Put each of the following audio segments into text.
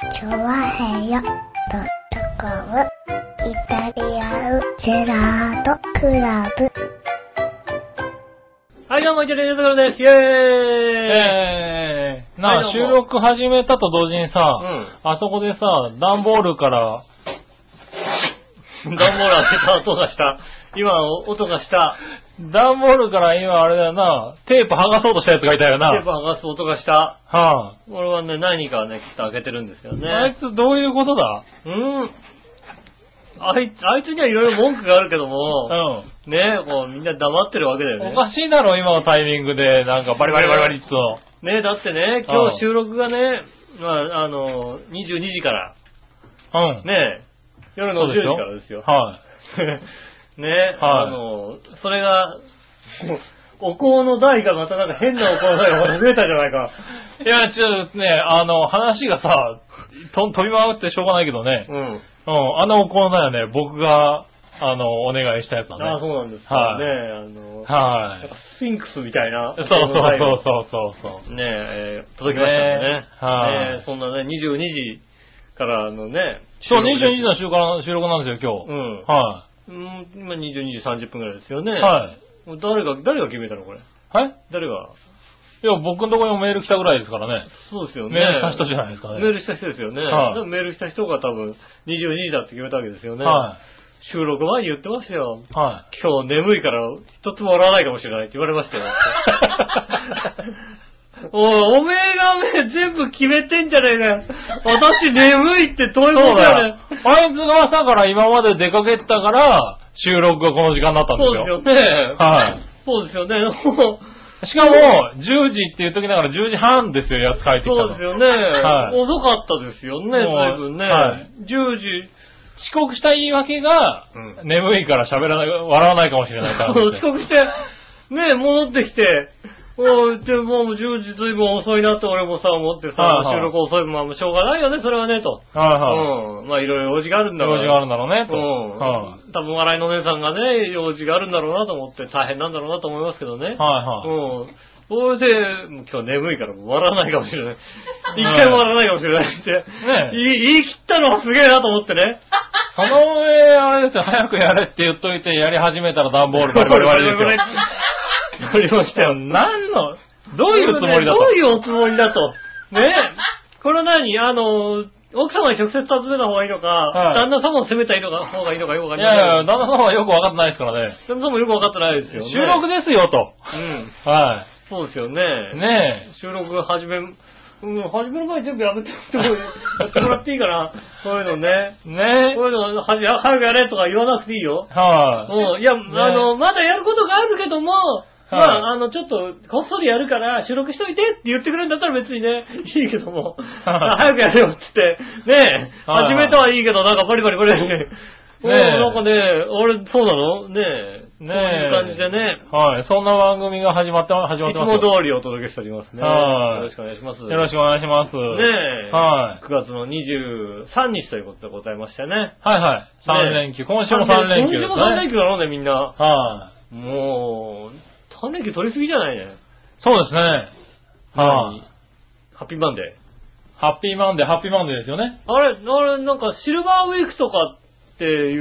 チョワヘヨ.com イタリアンジェラートクラブ。 はい、どうも、イタリアンジェラートクラブです。イェーイ。 なあ、収録始めたと同時にさ、あそこでさ、段ボールから段ボール開けた音がした。今、音がした。 段ボールから今あれだよな、テープ剥がそうとしたやつがいたよな。 テープ剥がす音がした。 はぁ、俺はね、何かね、きっと開けてるんですよね。 あいつどういうことだ？ あいつにはいろいろ文句があるけども、ねえ、こうみんな黙ってるわけだよね。 おかしいだろ、今のタイミングで、なんかバリバリバリバリっと。 ねえ、だってね、今日収録がね、22時から。ねえ、夜の10時からですよ。 はい。 ねえ、それが、お香の台がまたなんか変なお香の台がまた増えたじゃないか。 いや、ちょっとね、話がさ、飛び回ってしょうがないけどね。あのお香の台はね、僕が、お願いしたやつなんで。 ああ、そうなんですか。 はい。 ねはい。 スフィンクスみたいな。 そう。 ねえ、届きましたね。はい。そんなね、22時からのね。 そう、22時の収録なんですよ、今日。はい。 今22時30分くらいですよね。 はい。 誰が決めたのこれ。 はい誰がいや、僕のところにもメール来たぐらいですからね。 そうですよね。 メールした人じゃないですかね。 メールした人ですよね。 はい。 メールした人が多分22時だって決めたわけですよね。 はい。 収録前に言ってましたよ。 はい。 今日眠いから一つも笑わないかもしれないって言われましたよ。おめえが全部決めてんじゃねえかよ。私眠いってどういうことだよね。 あいつが朝から今まで出かけてたから、収録がこの時間になったんですよ。 そうですよね。 はい。 そうですよね。 しかも、10時って言っときながら10時半ですよ、やつ帰ってきたの。 そうですよね。はい。遅かったですよね、随分ね。はい。10時。 遅刻した言い訳が、眠いから笑わないかもしれないから。 遅刻して、ね、戻ってきて、でもう10時ずいぶん遅いなって俺もさ、思ってさ、収録遅い、まあしょうがないよね、それはね、と。まあいろいろ用事があるんだろうね。 用事があるんだろうね、 と。多分笑いのお姉さんがね、用事があるんだろうなと思って大変なんだろうなと思いますけどね。それで、今日眠いからもう笑わないかもしれない。一回も笑わないかもしれないって。言い切ったのはすげえなと思ってね。 その上、あれですよ、早くやれって言っといて、やり始めたら段ボールバリバリバリですよ。 やりましたよ。 どういうつもりだと。 どういうおつもりだと。ねこれ何奥様に直接尋ねた方がいいのか、旦那様を責めた方がいいのかよくわかんない。 いや、旦那様はよくわかってないですからね。 旦那様もよくわかってないですよね。 収録ですよと。はい。 そうですよね。 ねえ。 収録始める前に全部やってもらっていいかな。そういうのね。そういうの、早くやれとか言わなくていいよ。いや、まだやることがあるけども、まあ、ちょっと、こっそりやるから、収録しといてって言ってくれるんだったら別にね、いいけども、早くやれよって言って、ね始めたはいいけど、なんかバリバリなんかね、俺、そうなのそういう感じでね。 はい。そんな番組が始まってますよ。 いつも通りお届けしておりますね。よろしくお願いします。 よろしくお願いします。 はい。9月の23日ということでございましてね。 はい。3連休。今週も3連休ですね。 今週も3連休だろうね、みんな。 はい。 もう、3連休取りすぎじゃないね。 そうですね。 はい。ハッピーマンデー。 ハッピーマンデーですよね。 あれ、なんかシルバーウィークとかっていう。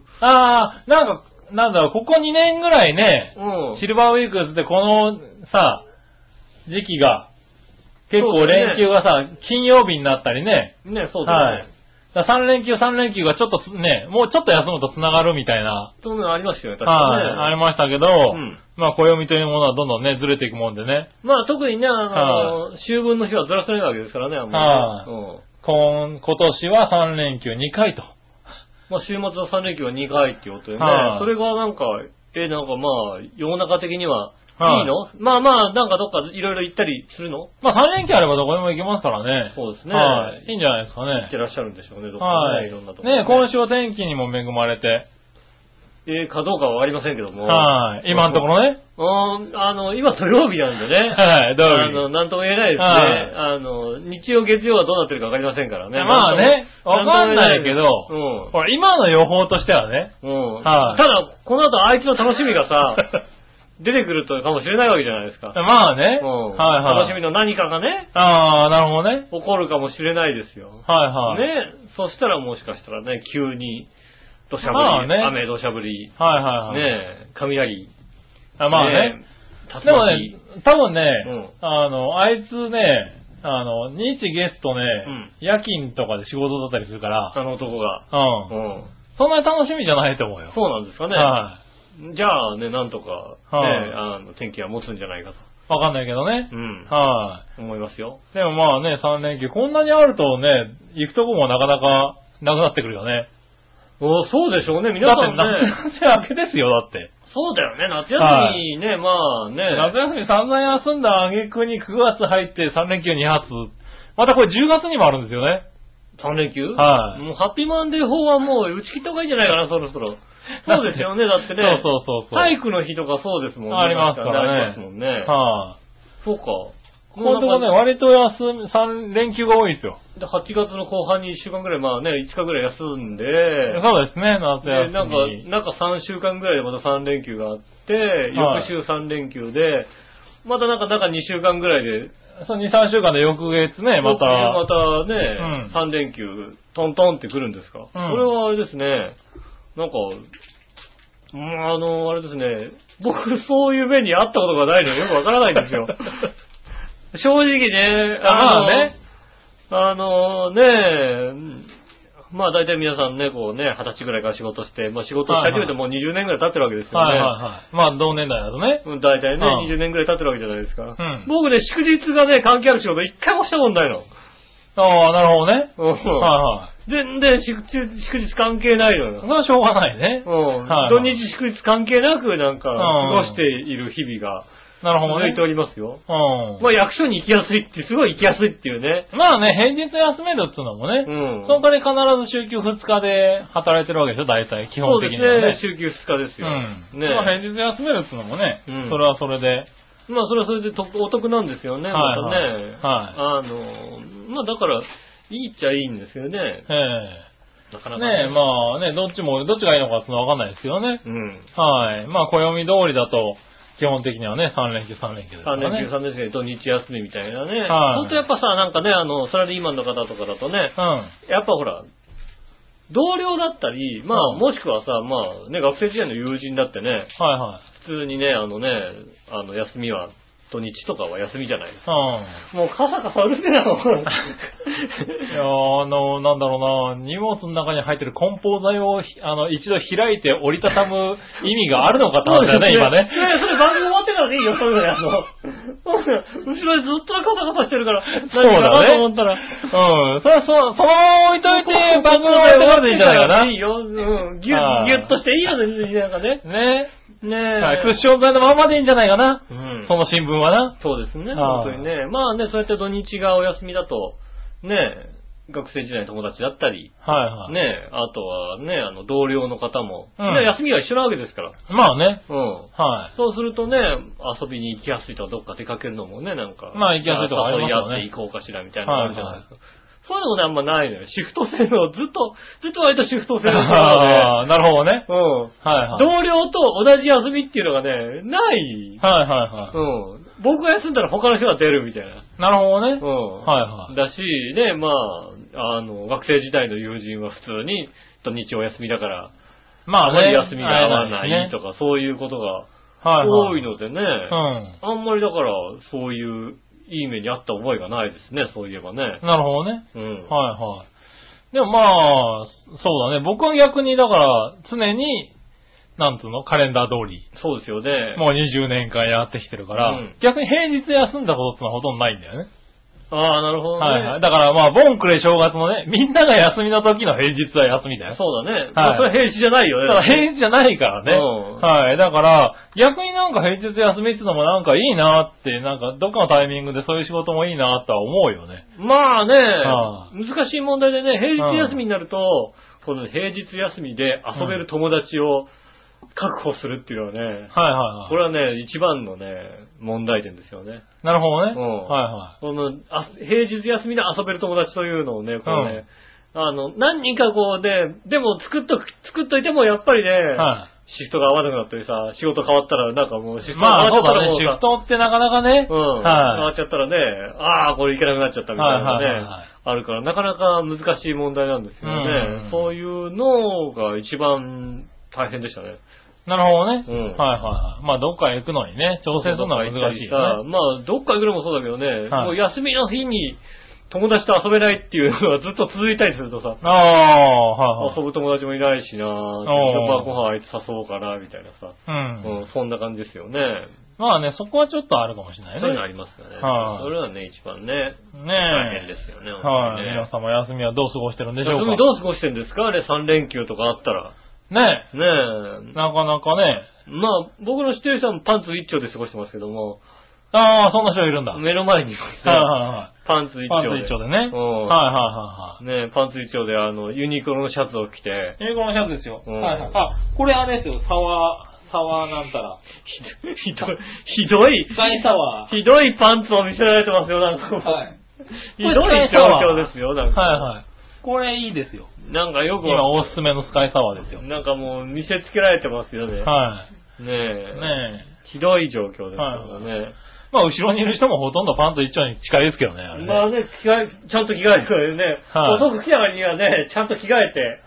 なんだろう、ここ2年ぐらいね、シルバーウィークってこのさ、時期が、結構連休がさ、金曜日になったりね。 そうだね。 3連休がちょっとね、もうちょっと休むと繋がるみたいな。 そういうのありましたよね、確かにね。 ありましたけど、まあ暦というものはどんどんね、ずれていくもんでね。 まあ特にね、秋分の日はずらされないわけですからね、 今年は3連休2回と。 まあ週末の3連休は2回っていうことでね。それがなんかまあ、世の中的にはいいの？まあ、なんかどっかいろいろ行ったりするの？ まあ3連休あればどこでも行けますからね。 そうですね。 いいんじゃないですかね。 行ってらっしゃるんでしょうね、どっかね。いろんなところ。 ね、今週は天気にも恵まれて。 かどうかはわかりませんけども。 今のところね。 今土曜日なんでね。 土曜日。 なんとも言えないですね。日曜月曜はどうなってるかわかりませんからね。 まあね、わかんないけど、ほら、今の予報としてはね。 ただ、この後あいつの楽しみがさ、 出てくるかもしれないわけじゃないですか。 まあね。 はいはい。楽しみの何かがね。 ああ、なるほどね。 起こるかもしれないですよ。 はいはい。 ね。そしたらもしかしたらね、急に、土砂降り、雨土砂降り。 はいはいはい。 ね、雷。 まあね。でもね、多分ね、あいつね、日月とね、夜勤とかで仕事だったりするから。 あの男が。 そんなに楽しみじゃないと思うよ。 そうなんですかね。はい。じゃあね、なんとか、ね、天気は持つんじゃないかと。 わかんないけどね。はい。 思いますよ。 でもまあね、3連休、こんなにあるとね、行くとこもなかなかなくなってくるよね。 そうでしょうね、皆さんね。 だって夏明けですよ、だって。 そうだよね、夏休みね、まあね。 夏休み散々休んだ挙句に9月入って3連休2発。またこれ10月にもあるんですよね。 3連休はい。 もうハッピーマンデー法はもう打ち切った方がいいんじゃないかな、そろそろ。そうですよね、だってね。 そう。 体育の日とかそうですもんね。 ありますからね。 ありますもんね。 はい。 そうか。 このとこね、割と3連休が多いですよ。 で、8月の後半に1週間ぐらい、まあね、5日ぐらい休んで。 そうですね、夏休み。なんか3週間ぐらいでまた3連休があって、翌週3連休で、またなんか2週間ぐらいで、 そう、2、3週間で翌月ね、またね、3連休、トントンってくるんですか。それはあれですね、なんか、あれですね、僕そういう目にあったことがないのでよくわからないんですよ。正直ね、まあ大体皆さんね、こうね、20歳ぐらいから仕事して、まあ仕事し始めてもう20年ぐらい経ってるわけですよね。 まあ同年代だとね。 大体ね、20年ぐらい経ってるわけじゃないですか。僕ね、祝日がね、関係ある仕事一回もしたことないの。 ああ、なるほどね。 全然祝日関係ないのよ。 それはしょうがないね。 土日祝日関係なくなんか過ごしている日々が。 なるほどね。 続いておりますよ。まあ役所に行きやすいって、すごい行きやすいっていうね。 まあね、平日休めるっていうのもね。その代わり必ず週休2日で働いてるわけでしょ、大体、基本的にはね。 そうですね、週休2日ですよ。 まあ平日休めるっていうのもね、それはそれで。 まあそれはそれでお得なんですよね、またね。まあだから、いいっちゃいいんですよね。なかなかね。 まあね、どっちがいいのかってのはわかんないですけどね。はい。まあ暦通りだと、基本的にはね、3連休ですからね。 3連休、土日休みみたいなね。ほんとやっぱさ、なんかね、サラリーマンの方とかだとね、やっぱほら、同僚だったり、まあ、もしくはさ、まあね、学生時代の友人だってね、普通にね、休みは、土日とかは休みじゃないですか。もうカサカサうるせえなの。いやなんだろうな、荷物の中に入ってる梱包材を一度開いて折りたたむ意味があるのかって話だね、今ね。 それ番組終わってからでいいよ、そういうのやるの。後ろでずっとカサカサしてるから、 そうだね。と思ったら。それはそのまま置いといて番組終わってからでいいんじゃないかな。 いいよ、ギュッとしていいよね、なんかね。 ねえ。クッション材のままでいいんじゃないかな。その新聞はな。 そうですね、本当にね。まあね、そうやって土日がお休みだと、ね、学生時代の友達だったり、ね、あとはね、同僚の方も、休みは一緒なわけですから。 まあね。 そうするとね、遊びに行きやすいとかどっか出かけるのもね、なんか。 まあ行きやすいとかありますよね。 誘い合って行こうかしらみたいなのあるじゃないですか。そういうのもね、あんまないのよ。シフト制の、ずっと割とシフト制の。 なるほどね。 同僚と同じ休みっていうのがね、ない。僕が休んだら他の人が出るみたいな。 なるほどね。 だし、ね、まあ、学生時代の友人は普通に土日お休みだから、 まあね、 休みが合わないとか、そういうことが多いのでね、あんまりだから、そういう、いい目にあった覚えがないですね、そういえばね。 なるほどね。でもまあ、そうだね。僕は逆に、だから、常に、なんつうのカレンダー通り。 そうですよね。 もう20年間やってきてるから、逆に平日休んだことってのはほとんどないんだよね。 ああ、なるほどね。 だからまあ、ボンクレ正月のね、みんなが休みの時の平日は休みだよ。 そうだね。それ平日じゃないよね。 平日じゃないからね。だから、逆になんか平日休みってのもなんかいいなって、なんかどっかのタイミングでそういう仕事もいいなとは思うよね。 まあね、難しい問題でね、平日休みになると、この平日休みで遊べる友達を確保するっていうのはね、これはね、一番のね、問題点ですよね。 なるほどね。 この平日休みで遊べる友達というのをね、こうね、何人かこうでも作っといてもやっぱりね、 シフトが合わなくなったりさ、仕事変わったらなんかもうシフトが変わっちゃったらもうシフトってなかなかね。 変わっちゃったらね、これいけなくなっちゃったみたいなね、あるからなかなか難しい問題なんですよね。そういうのが一番大変でしたね。 なるほどね。まあどっか行くのにね、調整するのは難しいよね。 まあどっか行くのもそうだけどね、もう休みの日に友達と遊べないっていうのがずっと続いたりするとさ、遊ぶ友達もいないしな、晩ご飯あいつ誘おうかな、みたいなさ、そんな感じですよね。 まあね、そこはちょっとあるかもしれないね。 そういうのありますよね。それはね、一番ね、大変ですよね。 皆様休みはどう過ごしてるんでしょうか。 休みどう過ごしてるんですかあれ3連休とかあったら。 ねえ。なかなかね。 まあ、僕の知ってる人はパンツ一丁で過ごしてますけども。 そんな人いるんだ。 目の前に。パンツ一丁で。 パンツ一丁でね。 ねパンツ一丁でユニクロのシャツを着て。 ユニクロのシャツですよ。これあれですよ、サワーなんたら。 ひどい。 スカイサワー。 ひどいパンツを見せられてますよ、なんか。ひどい状況ですよ、なんか。 これいいですよ。 なんかよく。 今おすすめのスカイサワーですよ。 なんかもう見せつけられてますよね。ひどい状況ですよね。 まあ後ろにいる人もほとんどパンツ一丁に近いですけどね。 まあね、ちゃんと着替えてくれるね。遅く来たからにはね、ちゃんと着替えて。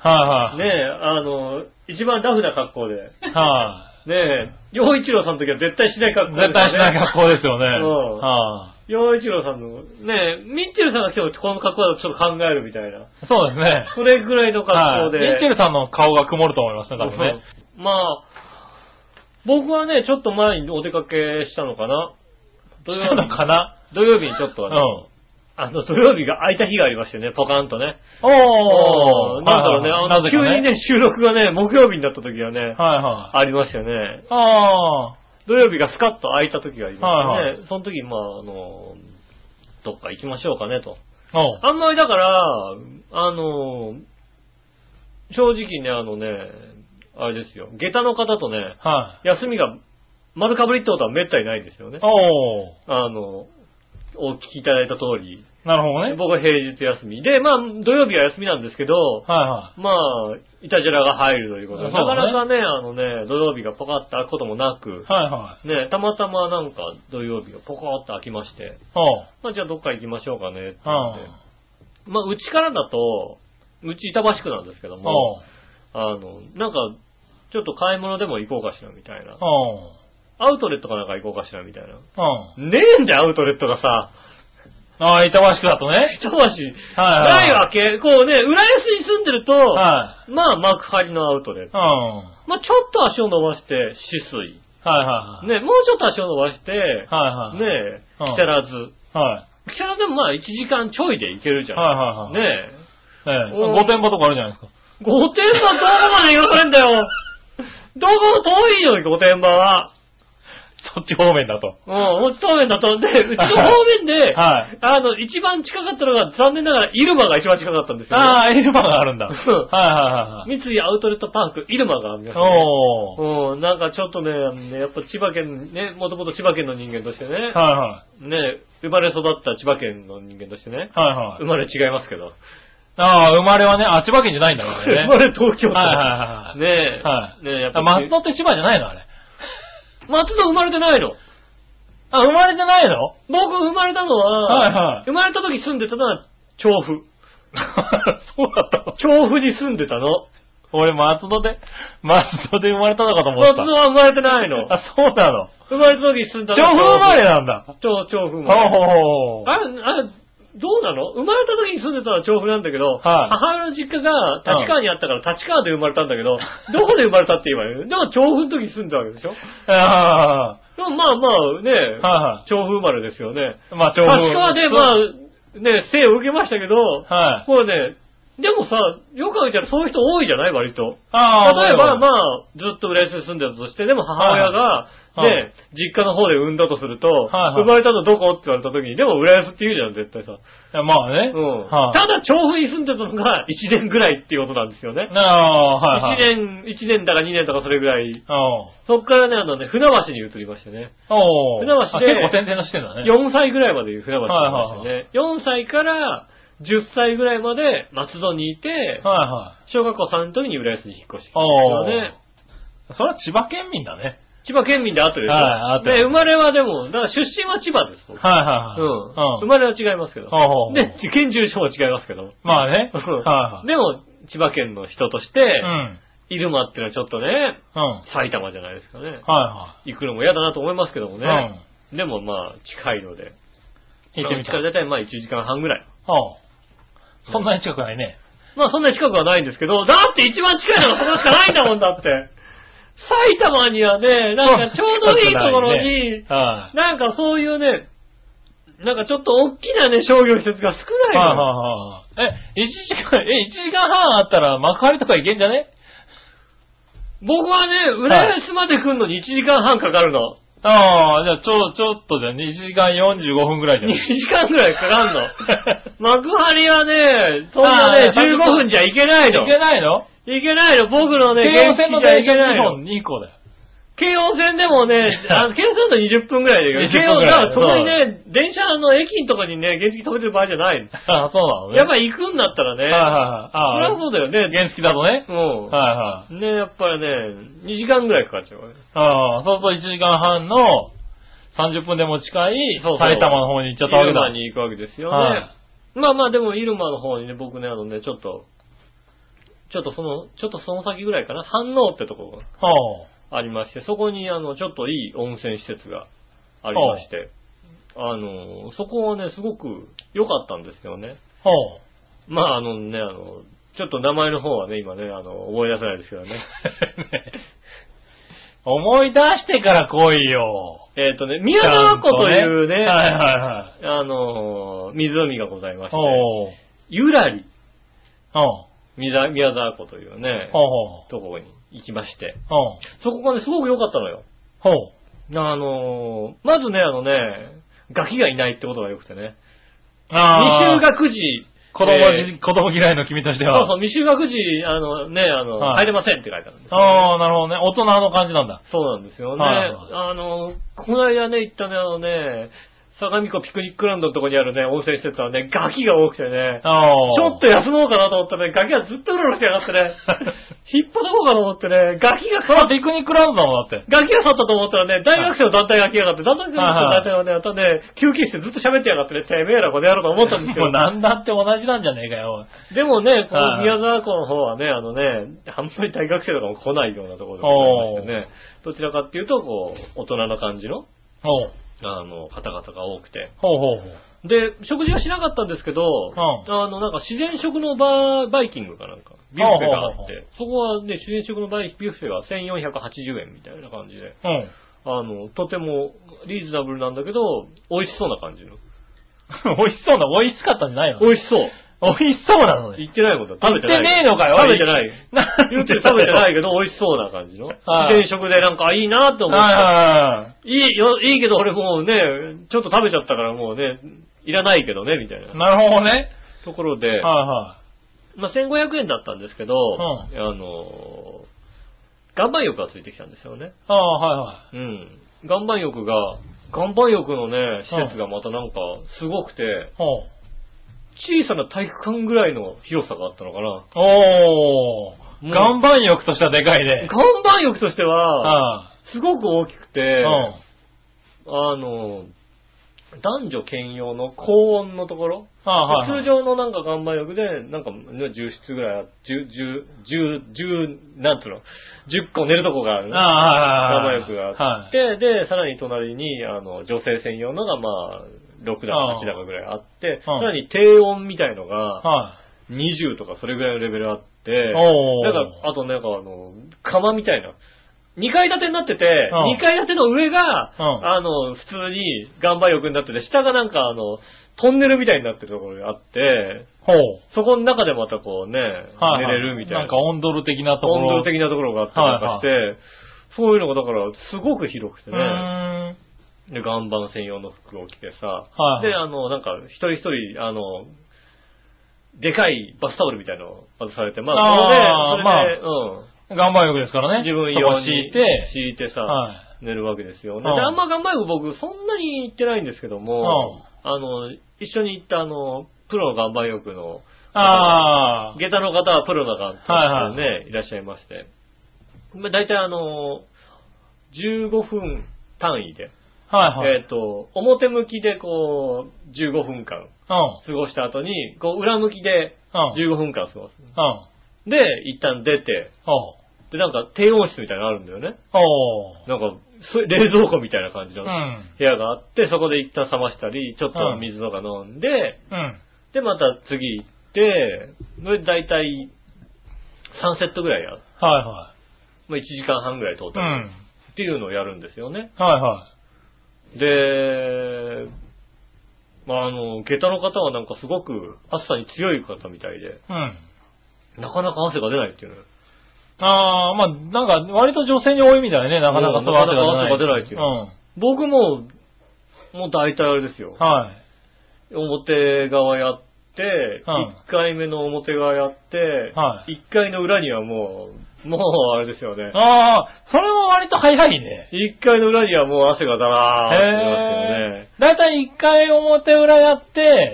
一番ラフな格好で。陽一郎さんの時は絶対しない格好ですよね。 絶対しない格好ですよね。 陽一郎さんの、ミッチェルさんが今日この格好だとちょっと考えるみたいな。 そうですね。 それぐらいの格好で。 ミッチェルさんの顔が曇ると思いますね、多分ね。 まあ、僕はね、ちょっと前にお出かけしたのかな。土曜日にちょっと土曜日が空いた日がありましてね、ポカンとね。なんだろうね、急にね、収録がね、木曜日になった時がね、ありましたよね。土曜日がスカッと空いた時がありましたね。その時、まあ、どっか行きましょうかねと。あんまりだから、正直ね、あれですよ、下駄の方とね、休みが丸かぶりってことは滅多にないんですよね。お聞きいただいた通り。 なるほどね。 僕は平日休み。で、まあ、土曜日は休みなんですけど、まあ、いたじらが入るということで、なかなかね、土曜日がポカッと開くこともなく、ね、たまたまなんか土曜日がポカッと開きまして、まあ、じゃあどっか行きましょうかね、って言って。まあ、うちからだと、うち板橋区なんですけども、なんか、ちょっと買い物でも行こうかしら、みたいな。アウトレットかなんか行こうかしら、みたいな。ねえんだよ、アウトレットがさ。 板橋区だとね。 板橋。ないわけ。こうね、浦安に住んでると、まあ、幕張のアウトレット。まあ、ちょっと足を伸ばして、止水。ね、もうちょっと足を伸ばして、ね、木更津。木更津でもまあ、1時間ちょいで行けるじゃん。ねえ。御殿場とかあるじゃないですか。 御殿場どこまで行かれんだよ。どこも遠いよ、御殿場は。 そっち方面だと。 そっち方面だと。で、うちの方面で、一番近かったのが、残念ながら、イルマが一番近かったんですよ、ね。 イルマがあるんだ。 三井アウトレットパーク、イルマがありましたね。なんかちょっとね、やっぱ千葉県、ね、もともと千葉県の人間としてね。ね、生まれ育った千葉県の人間としてね。生まれ違いますけど。 生まれはね、千葉県じゃないんだからね。 生まれ東京都。ねえ。やっぱ松戸って千葉じゃないのあれ。 松戸生まれてないの。 生まれてないの？ 僕生まれたのは、生まれた時住んでたのは調布。 そうだったの？ 調布に住んでたの。 俺松戸で生まれたのかと思った。 松戸は生まれてないの。 そうなの。 生まれた時住んだのは調布生まれなんだ。 調布生まれ。どうなの？生まれた時に住んでたのは調布なんだけど、母親の実家が立川にあったから立川で生まれたんだけど、どこで生まれたって言えばいいの？でも調布の時に住んでたわけでしょ？でもまあまあね、調布生まれですよね。まあ調布。立川でまあね、生を受けましたけど、これね、でもさ、よく考えたらそういう人多いじゃない割と。例えばまあ、ずっと浦安に住んでたとして、でも母親が、ね、実家の方で産んだとすると、生まれたのどこって言われた時に、でも浦安って言うじゃん、絶対さ。 まあね。 ただ調布に住んでたのが1年ぐらいっていうことなんですよね。1年だか2年とかそれぐらい。そっからね、船橋に移りましてね。船橋で、 結構点々としてんだね。 4歳ぐらいまで船橋にいましたね。4歳から10歳ぐらいまで松戸にいて、小学校3の時に浦安に引っ越してきたんですよね。 それは千葉県民だね。 千葉県民であってるでしょ。はい、あってる。で、生まれはでも、だから出身は千葉です。はいはいはい。生まれは違いますけど。で、県住所は違いますけど。 まあね。はい。 でも、千葉県の人として、入間ってのはちょっとね、埼玉じゃないですかね。はいはい。行くのも嫌だなと思いますけどもね。でもまあ、近いので。行ってみたらだいたいまあ1時間半ぐらい。 そんなに近くないね。 まあそんなに近くはないんですけど、だって一番近いのがそこしかないんだもんだって。埼玉にはね、なんかちょうどいいところに、なんかそういうね、なんかちょっと大きなね、商業施設が少ないの。 1時間半あったら幕張とか行けんじゃね？ 僕はね、浦安まで来るのに1時間半かかるの。 ああ、じゃあちょっとで2時間45分ぐらいじゃん。 2時間ぐらいかかんの。幕張はね、そんなね、15分じゃいけないの。 いけないの？ いけないの、僕のね、 京王線の電車2本2個だよ。 京王線でもね、京王線だと20分くらいだけど、京王線はそこにね、電車の駅のとこにね、原付止めてる場合じゃない。 ああ、そうなのね。 やっぱり行くんだったらね、それはそうだよね。 原付だとね。 ね、やっぱりね、2時間くらいかかっちゃう。 そうすると1時間半の30分でも近い埼玉の方に行っちゃったわけだ。 入間に行くわけですよね。まあまあでも入間の方にね、僕ね、ちょっとその先ぐらいかな、飯能ってとこがありまして、そこにちょっといい温泉施設がありまして、そこはね、すごく良かったんですよね。まあちょっと名前の方はね、今ね、思い出せないですけどね。 思い出してから来いよ。 宮沢湖というね、湖がございまして、ゆらり。宮沢湖というね、ところに行きまして、そこがね、すごく良かったのよ。まずね、ガキがいないってことが良くてね。未就学児。 子供嫌いの君としては。 そう、未就学児、入れませんって書いてあるんです、 ね。ああ、なるほどね。大人の感じなんだ。 そうなんですよね。この間ね、行ったね、相模湖ピクニックランドのとこにあるね、温泉施設はね、ガキが多くてね、ちょっと休もうかなと思ったらね、ガキがずっとうろうろしてやがってね、引っ張ろうかと思ってね、ガキがピクニックランドだもんだって。 ガキが去ったと思ったらね、大学生の団体が来やがって、団体がね、またね、休憩室でずっと喋ってやがってね、てめえらこれやろうと思ったんですけど。 もうなんだって同じなんじゃねえかよ。 でもね、この宮沢湖の方はね、あんまり大学生とかも来ないようなところでございましてね、どちらかっていうと、こう、大人な感じの。方々が多くて。で、食事はしなかったんですけど、なんか自然食のバイキングかなんか、ビュッフェがあって、そこはね、自然食のビュッフェは1480円みたいな感じで、とてもリーズナブルなんだけど、美味しそうな感じの。 美味しかったんじゃないの？ 美味しそう。 美味しそうなのね。 言ってないこと食べてない。言ってねえのかよ。 食べてない。言って食べてないけど美味しそうな感じの。自然食でなんかいいなって思って。いいけど俺もうね、ちょっと食べちゃったからもうね、いらないけどね、みたいな。 なるほどね。 ところで、まあ、1500円だったんですけど、岩盤浴がついてきたんですよね。岩盤浴のね、施設がまたなんかすごくて、小さな体育館ぐらいの広さがあったのかな。 岩盤浴としてはでかいね。 岩盤浴としては、すごく大きくて、男女兼用の高温のところ、通常のなんか岩盤浴で、なんか10室ぐらい、なんつうの、10個寝るとこがある、岩盤浴があって、で、さらに隣に、女性専用のがまあ、6だか8だかぐらいあって、さらに低温みたいのが、20とかそれぐらいのレベルあって、なんか、あとなんか窯みたいな、2階建てになってて、2階建ての上が、普通に岩盤浴になってて、下がなんかトンネルみたいになってるところがあって、そこの中でまたこうね、寝れるみたいな。 なんかオンドル的なところ。 オンドル的なところがあったりとかして、そういうのがだからすごく広くてね。で、岩盤専用の服を着てさ、で、なんか一人一人、でかいバスタオルみたいなのを渡されて、まあ、それで、 岩盤浴ですからね。 自分用に敷いてさ、寝るわけですよね。で、あんま岩盤浴僕そんなに行ってないんですけども、一緒に行ったプロの岩盤浴の、下駄の方はプロの方ね、いらっしゃいまして。 だいたい15分単位で。 はいはい。 表向きでこう、15分間過ごした後に、こう、裏向きで15分間過ごす。で、一旦出て、で、なんか低温室みたいなのあるんだよね。なんか、冷蔵庫みたいな感じの部屋があって、そこで一旦冷ましたり、ちょっと水とか飲んで、で、また次行って、だいたい3セットぐらいやる。 はいはい。 1時間半ぐらいトータル。っていうのをやるんですよね。 はいはい。 で、下駄の方はなんかすごく暑さに強い方みたいで、なかなか汗が出ないっていうのよ。 まあ、なんか割と女性に多いみたいね、なかなか汗が出ないっていうの。僕もう大体あれですよ。 はい。 表側やって、1回目の表側やって、1回の裏にはもうあれですよね。 それも割と早いね。 1回の裏にはもう汗がだらーって出ますよね。 だいたい1回表裏やって、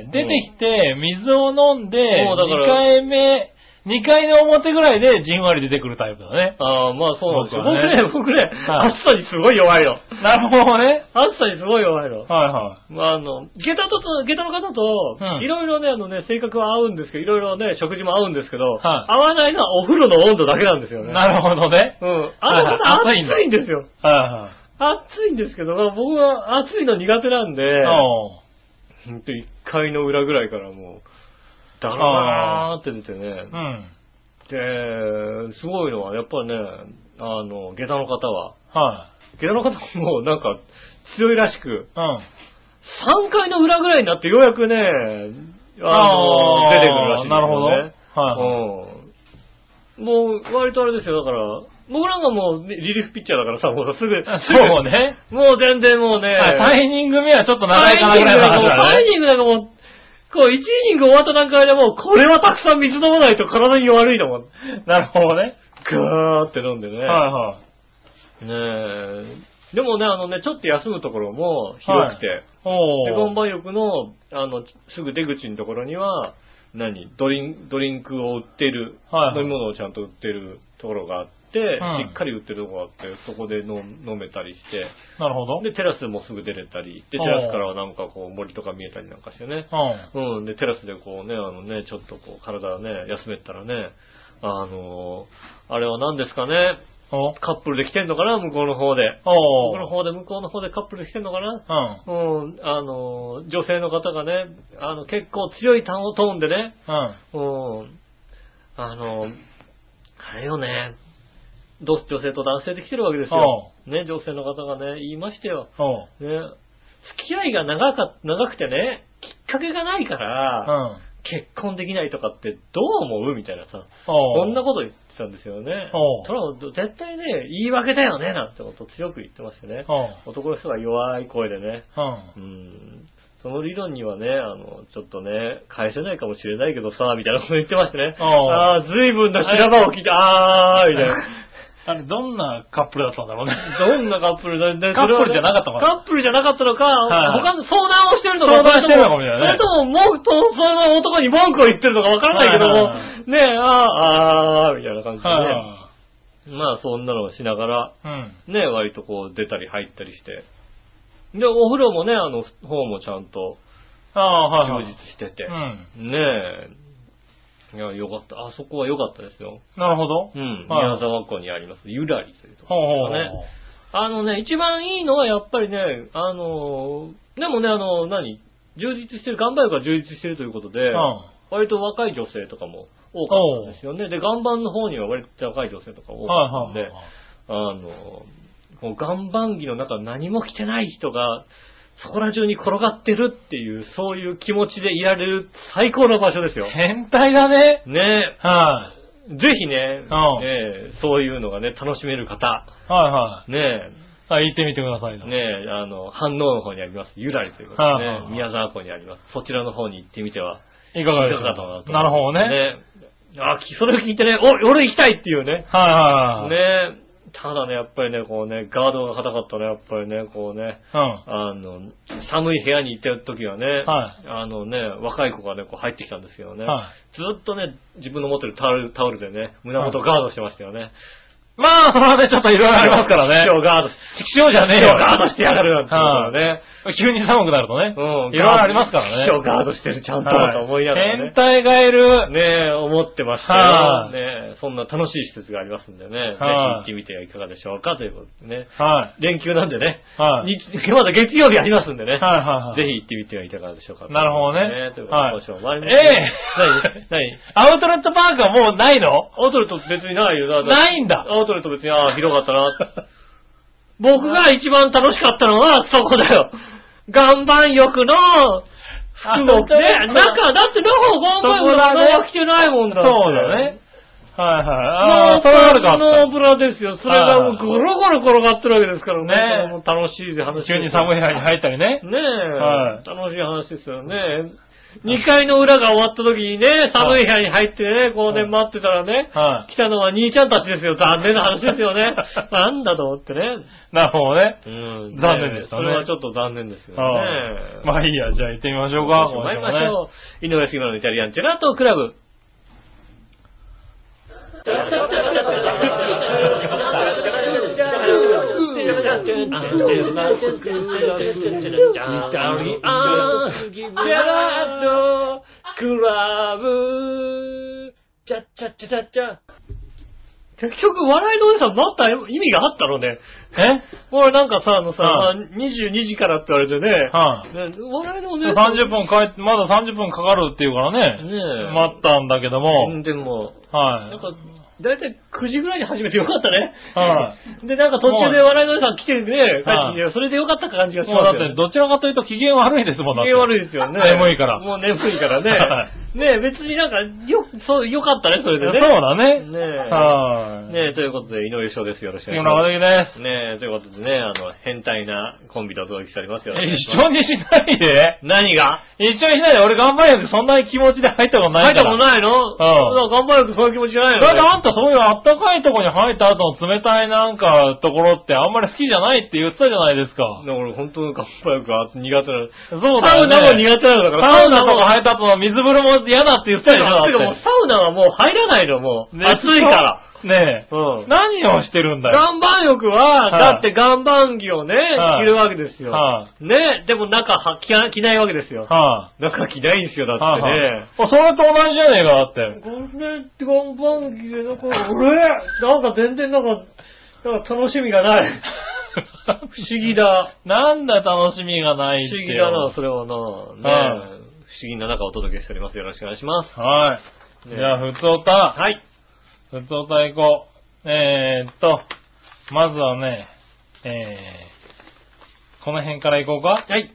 出てきて、水を飲んで、2回の表ぐらいでじんわり出てくるタイプだね。 まあそうなんですよ。僕ね、暑さにすごい弱いの。 なるほどね。 暑さにすごい弱いの。 はいはい。 下駄の方と、いろいろね、性格は合うんですけど、いろいろね、食事も合うんですけど、合わないのはお風呂の温度だけなんですよね。 なるほどね。 あの方暑いんですよ。暑いんですけど、僕は暑いの苦手なんで、1回の裏ぐらいからもう、だらーって出てね。で、すごいのは、やっぱりね、下駄の方は。下駄の方もなんか強いらしく。3回の裏ぐらいになってようやくね、出てくるらしいんですよね。なるほど。もう、割とあれですよ、だから、僕なんかもう、リリーフピッチャーだからさ、もうすぐ。 そうね。 もう全然もうね。 3イニング目はちょっと長いかなぐらいの話だね。 3イニングなんかもう、1イニング終わった段階でもう、これはたくさん水飲まないと体に悪いのもん。 なるほどね。 ガーって飲んでね。ねえ。でもね、ちょっと休むところも広くて。で、岩盤浴の、すぐ出口のところには、ドリンクを売ってる、飲み物をちゃんと売ってるところがあって、しっかり売ってるところがあって、そこで飲めたりして。 なるほど。 で、テラスもすぐ出れたり、で、テラスからはなんかこう森とか見えたりなんかしてね。で、テラスでこうね、ちょっとこう体ね、休めたらね、あれは何ですかね。カップルで来てんのかな向こうの方で。向こうの方でカップルで来てんのかな女性の方がね、結構強いトーンでね、あれよね、女性と男性で来てるわけですよ。ね、女性の方がね、言いましたよ。ね、付き合いが長くてね、きっかけがないから、結婚できないとかってどう思うみたいなさ。こんなこと言ってたんですよね。絶対ね、言い訳だよね、なんてことを強く言ってましてね。男の人が弱い声でね。その理論にはね、ちょっとね、返せないかもしれないけどさ、みたいなこと言ってましてね。随分な修羅場を聞いて、みたいな。 どんなカップルだったんだろうね。 どんなカップルだカップルじゃなかったのかカップルじゃなかったのか、他の相談をしてるのか、 相談してるのかもしれないね。 それとも、その男に文句を言ってるのかわからないけども、ねみたいな感じでね。まあ、そんなのをしながら、ね、割とこう出たり入ったりして。で、お風呂もね、方もちゃんと、充実してて。ねえ。いや、よかった。そこはよかったですよ。 なるほど。 宮沢湖にあります、ゆらりというところですかね。一番いいのはやっぱりね、でもね、充実してる、岩盤浴が充実してるということで、割と若い女性とかも多かったんですよね。で、岩盤の方には割と若い女性とか多かったんで、この岩盤着の中何も着てない人が、そこら中に転がってるっていう、そういう気持ちでいられる最高の場所ですよ。 変態だね。 ねえ。ぜひね、そういうのがね、楽しめる方。ねえ。 行ってみてください。 ねえ、飯能の方にあります、ゆらりということでね、宮沢湖にあります。そちらの方に行ってみてはいかがですか。なるほどね。 それを聞いてね、俺行きたいっていうね。ねえ。ただね、やっぱりね、こうね、ガードが硬かったね、やっぱりね、こうね、寒い部屋に行ってる時はね、若い子がね、こう入ってきたんですけどね、ずっとね、自分の持ってるタオルでね、胸元ガードしてましたよね。 まあ、それはね、ちょっといろいろありますからね。 気象ガード。 気象じゃねえよ。 気象ガードしてやがるなんてことね。 急に寒くなるとね。うん。いろいろありますからね。 気象ガードしてる、ちゃんとと思いながらね。 変態がいる。 ねえ、思ってましたよ。ねえ、そんな楽しい施設がありますんでね。ぜひ行ってみてはいかがでしょうかということでね。はい。連休なんでね。はい。まだ月曜日ありますんでね。はい。ぜひ行ってみてはいかがでしょうか。 なるほどね。 ということで、今週も参りましょう。何アウトレットパークはもうないの？ アウトレット別にないよ。 ないんだ。 アウトレット別に、広かったな。僕が一番楽しかったのはそこだよ。岩盤浴の服を着て、だって中岩盤浴の中は着てないもんだって。 そうだね。はい。それはあるか。 ノーブラですよ。それがもうゴロゴロ転がってるわけですからね。もう楽しい話。 急に寒い部屋に入ったりね。 ねえ。楽しい話ですよね。2階の裏が終わった時にね、寒い部屋に入ってね、こうね、待ってたらね、来たのは兄ちゃんたちですよ。残念な話ですよね。なんだと思ってね。 なるほどね。残念でしたね。 それはちょっと残念ですよね。 まあいいや、じゃあ行ってみましょうか。 参りましょう。井上杉村のイタリアンジェラートクラブ。結局、笑いのおじさん待った意味があったのね。俺なんかさ、22時からって言われてね。笑いのおじさん。 30分まだ30分かかるっていうからね。待ったんだけども。 でも、なんか、だいたい9時ぐらいに始めてよかったね。で、なんか途中で笑いのおじさん来てね、それでよかった感じがしますよ。 だって、どちらかというと機嫌悪いですもん、だって。 機嫌悪いですよね。 眠いから。 もう眠いからね。ね別になんか、よかったね、それでね。 そうだね。 ねということで、井上翔です。よろしくお願いします。井村和樹です。 ということでね、変態なコンビとお届けしておりますよ。 一緒にしないで。 何が一緒にしないで。俺頑張るよ。そんな気持ちで入ったことないから。 入ったことないの？頑張るとそういう気持ちじゃないの？ だってあんたそういうあったかいとこに入った後の冷たいなんかところってあんまり好きじゃないって言ってたじゃないですか。 俺本当に頑張るが苦手なの。 そうだよね。サウナも苦手なのだから。 サウナとか入った後の水風呂も嫌だって言ってたじゃん。 てかもうサウナはもう入らないの、もう。暑いから。 ねえ。何をしてるんだよ。 岩盤浴は、だって岩盤着をね、着るわけですよ。ねでも中着ないわけですよ。中着ないんですよ、だってね。 それと同じじゃねえか、だって。 これって岩盤着で、なんか全然なんか楽しみがない。不思議だ。 なんだ楽しみがないって。 不思議だな、それはな。ね不思議な中お届けしております。よろしくお願いします。 はい。じゃあ、ふつおた。はい。ふつおた行こう。まずはね、この辺から行こうか。 はい。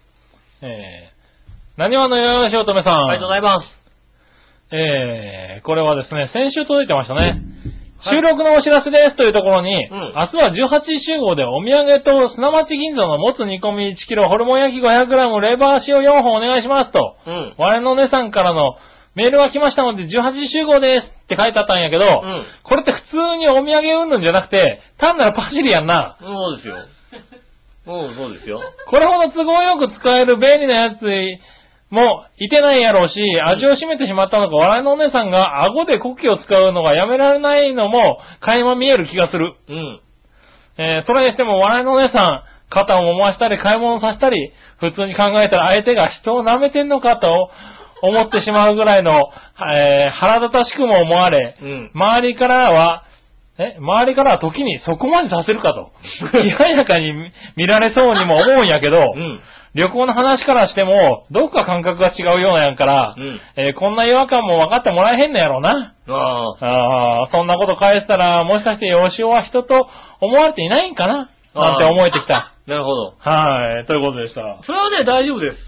なにわのよよしおとめさん。 ありがとうございます。 これはですね、先週届いてましたね。収録のお知らせですというところに、明日は18時集合でお土産と砂町銀座のもつ煮込み 1kg、ホルモン焼き 500g、レバー塩4本お願いしますと、我のお姉さんからのメールが来ましたので18時集合ですって書いてあったんやけど、これって普通にお土産うんぬんじゃなくて、単なるパシリやんな。 そうですよ。そうですよ。 これほど都合よく使える便利なやつもういてないやろうし、味を占めてしまったのか、笑いのお姉さんが顎で呼気を使うのがやめられないのも垣間見える気がする。それにしても笑いのお姉さん、肩を揉ましたり買い物させたり、普通に考えたら相手が人を舐めてんのかと思ってしまうぐらいの、腹立たしくも思われ、周りからは時にそこまでさせるかと、冷ややかに見られそうにも思うんやけど、旅行の話からしても、どっか感覚が違うようなんやから、こんな違和感も分かってもらえへんのやろうな。そんなこと返したら、もしかしてヨシオは人と思われていないんかななんて思えてきた。 なるほど。 はい、ということでした。 それはね、大丈夫です。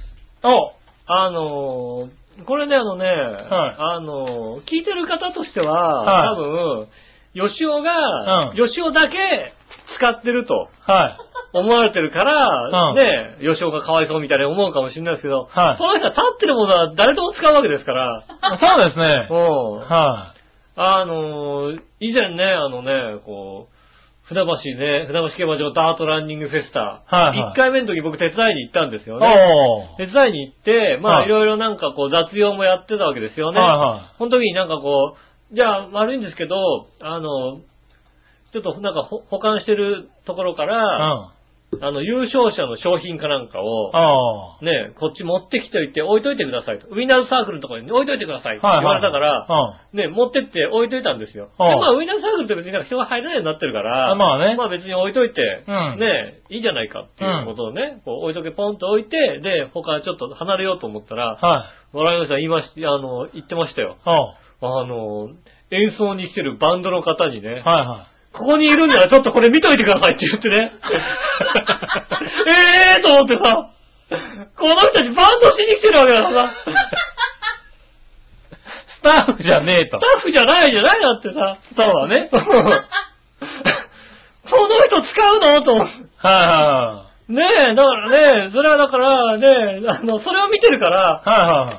これね、聞いてる方としては、多分、ヨシオが、ヨシオだけ使ってると。思われてるから、ね、吉岡かわいそうみたいに思うかもしれないですけど、その人は立ってるものは誰でも使うわけですから。 そうですね。 以前ね、船橋競馬場ダートランニングフェスタ。1回目の時僕手伝いに行ったんですよね。手伝いに行って、いろいろなんか雑用もやってたわけですよね。その時になんかじゃあ悪いんですけど、 ちょっとなんか保管してるところから、優勝者の商品かなんかを、ね、こっち持ってきておいて置いといてくださいと。ウィナーズサークルのところに置いといてくださいって言われたから、ね、持ってって置いといたんですよ。でまあ、ウィナーズサークルって別になんか人が入らないようになってるから、まあね。まあ別に置いといて、ね、いいじゃないかっていうことをね、こう置いとけ、ポンと置いて、で、他ちょっと離れようと思ったら、笑いの人は言ってましたよ。演奏に来てるバンドの方にね、ここにいるんならちょっとこれ見といてくださいって言ってね。と思ってさ、この人たちバンドしに来てるわけだからさ。 スタッフじゃねえと。 スタッフじゃないだってさ。 そうだね。 この人使うのと思って。ねえ、だからね、それはだからね、それを見てるから、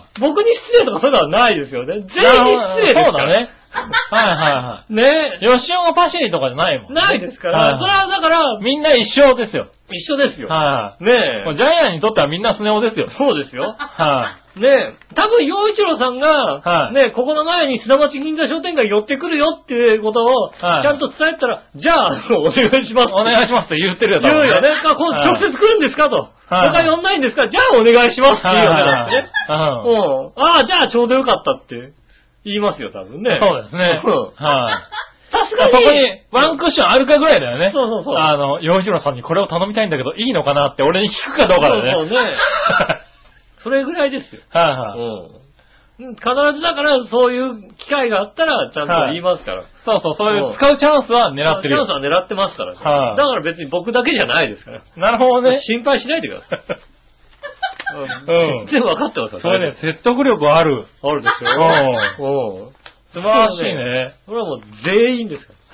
僕に失礼とかそういうのはないですよね。全員に失礼ですから。そうだね。ねえ。 吉尾がパシリとかじゃないもん。 ないですから、それはだから、 みんな一緒ですよ。 一緒ですよ。 ねえ。ジャイアンにとってはみんなスネ夫ですよ。 そうですよ。ねえ。多分、陽一郎さんが、ねえ、ここの前に砂町銀座商店街寄ってくるよっていうことを、ちゃんと伝えたら、じゃあ、お願いします。 お願いしますって言ってるよ、 言うよね。直接来るんですかと。他呼んないんですかじゃあお願いしますって言うよね。じゃあちょうどよかったって。言いますよ、多分ね。 そうですね。 さすがに。 そこにワンクッションあるかぐらいだよね。 そう。 洋一郎さんにこれを頼みたいんだけど、いいのかなって俺に聞くかどうかだよね。 そうね。それぐらいですよ。必ずだから、そういう機会があったら、ちゃんと言いますから。 そういう使うチャンスは狙ってる。 チャンスは狙ってますから。だから別に僕だけじゃないですから。 なるほどね。 心配しないでください。全然分かってますよ。 それね、説得力ある。 あるですよ。 素晴らしいね。 それはもう全員ですから。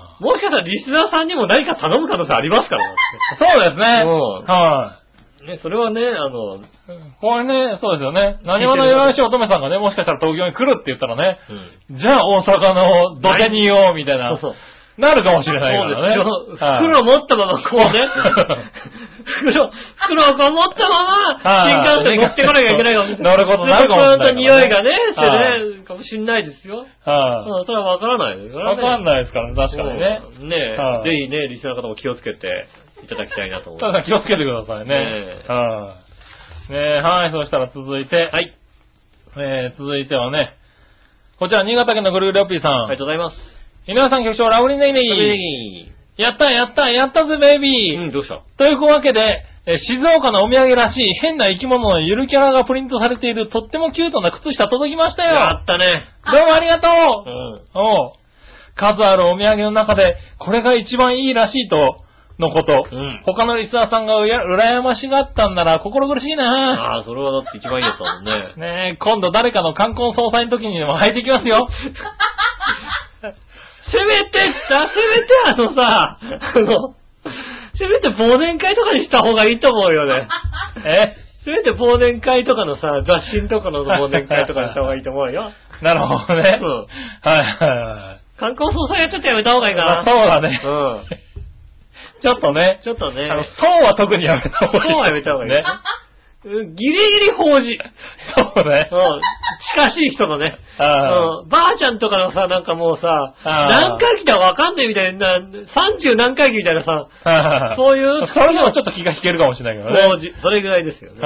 もしかしたらリスナーさんにも何か頼む可能性ありますからね。 そうですね。 ね、それはね、 これね、そうですよね。何話のよろしい乙女さんがね、もしかしたら東京に来るって言ったらね、じゃあ大阪の土手にいようみたいな。なるかもしれないからね。 袋持ったままこうね。袋をこう持ったまま、新幹線乗ってこなきゃいけないかもしれない。 なるほど、なるかもしれない。 ずっと匂いがね、してね、かもしれないですよ。それはわからないですからね。 わかんないですからね、確かにね。 ねぜひね、リスナーの方も気をつけていただきたいなと思います。 ただ気をつけてくださいね。そしたら続いて。続いてはね、こちら新潟県のぐるぐるよっぴーさん。 ありがとうございます。 井上さん局長、ラブリンネギネギ。やったぜ、ベイビー。 どうしたというわけで、静岡のお土産らしい変な生き物のゆるキャラがプリントされているとってもキュートな靴下届きましたよ。 やったね。 どうもありがとう。数あるお土産の中で、これが一番いいらしいと、のこと。他のリスナーさんが羨ましがったんなら心苦しいな。 それはだって一番いいやつだもんね。 ねえ、今度誰かの冠婚葬祭の時にでも履いていきますよ。 せめてせめて忘年会とかにした方がいいと思うよね。せめて忘年会とかのさ、雑誌とかの忘年会とかにした方がいいと思うよ。 なるほどね。 冠婚葬祭はちょっとやめた方がいいかな。 そうだね。ちょっとね。そうは特にやめた方がいい。 そうはやめた方がいいね。ギリギリ法事。 そうね。 近しい人のね。ばあちゃんとかのさ、なんかもうさ、何回来たかわかんないみたいな、30何回来みたいなさ、そういう。 それでもちょっと気が引けるかもしれないけどね。 法事。それぐらいですよね。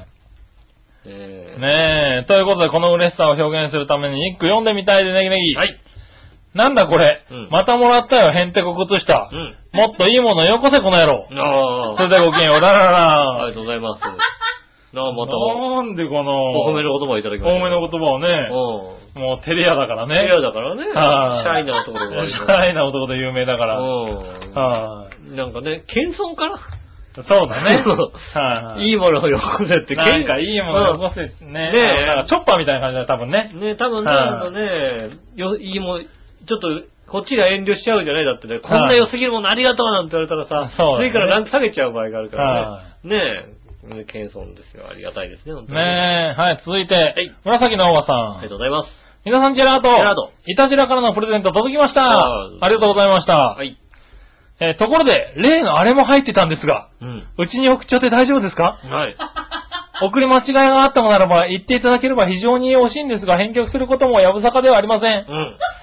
ねえ。ということで、この嬉しさを表現するために一句読んでみたいでネギネギ。なんだこれ。またもらったよ、へんてこ靴下。もっといいものよこせ、この野郎。それでごきげんよう、ラララ。 ありがとうございます。 なんでこの、 お褒めの言葉をいただきました。 お褒めの言葉をね、もうテレアだからね。 テレアだからね。シャイな男でシャイな男で有名だから。 なんかね、謙遜かな。 そうだね。 いいものをよこせって、 なんかいいものをよこせってね。なんかチョッパーみたいな感じだ、多分ね。 多分ね、いいもん、ちょっと、こっちが遠慮しちゃうじゃないだってね。こんな良すぎるものありがとうなんて言われたらさ、次からランク下げちゃう場合があるからね。謙遜ですよ。ありがたいですね、本当に。 続いて、紫のおばさん。 ありがとうございます。 皆さん、ジェラート。いたじらからのプレゼント届きました。ありがとうございました。ところで、例のあれも入ってたんですが、うちに送っちゃって大丈夫ですか？送り間違いがあったのならば言っていただければ非常に惜しいんですが、返却することもやぶさかではありません。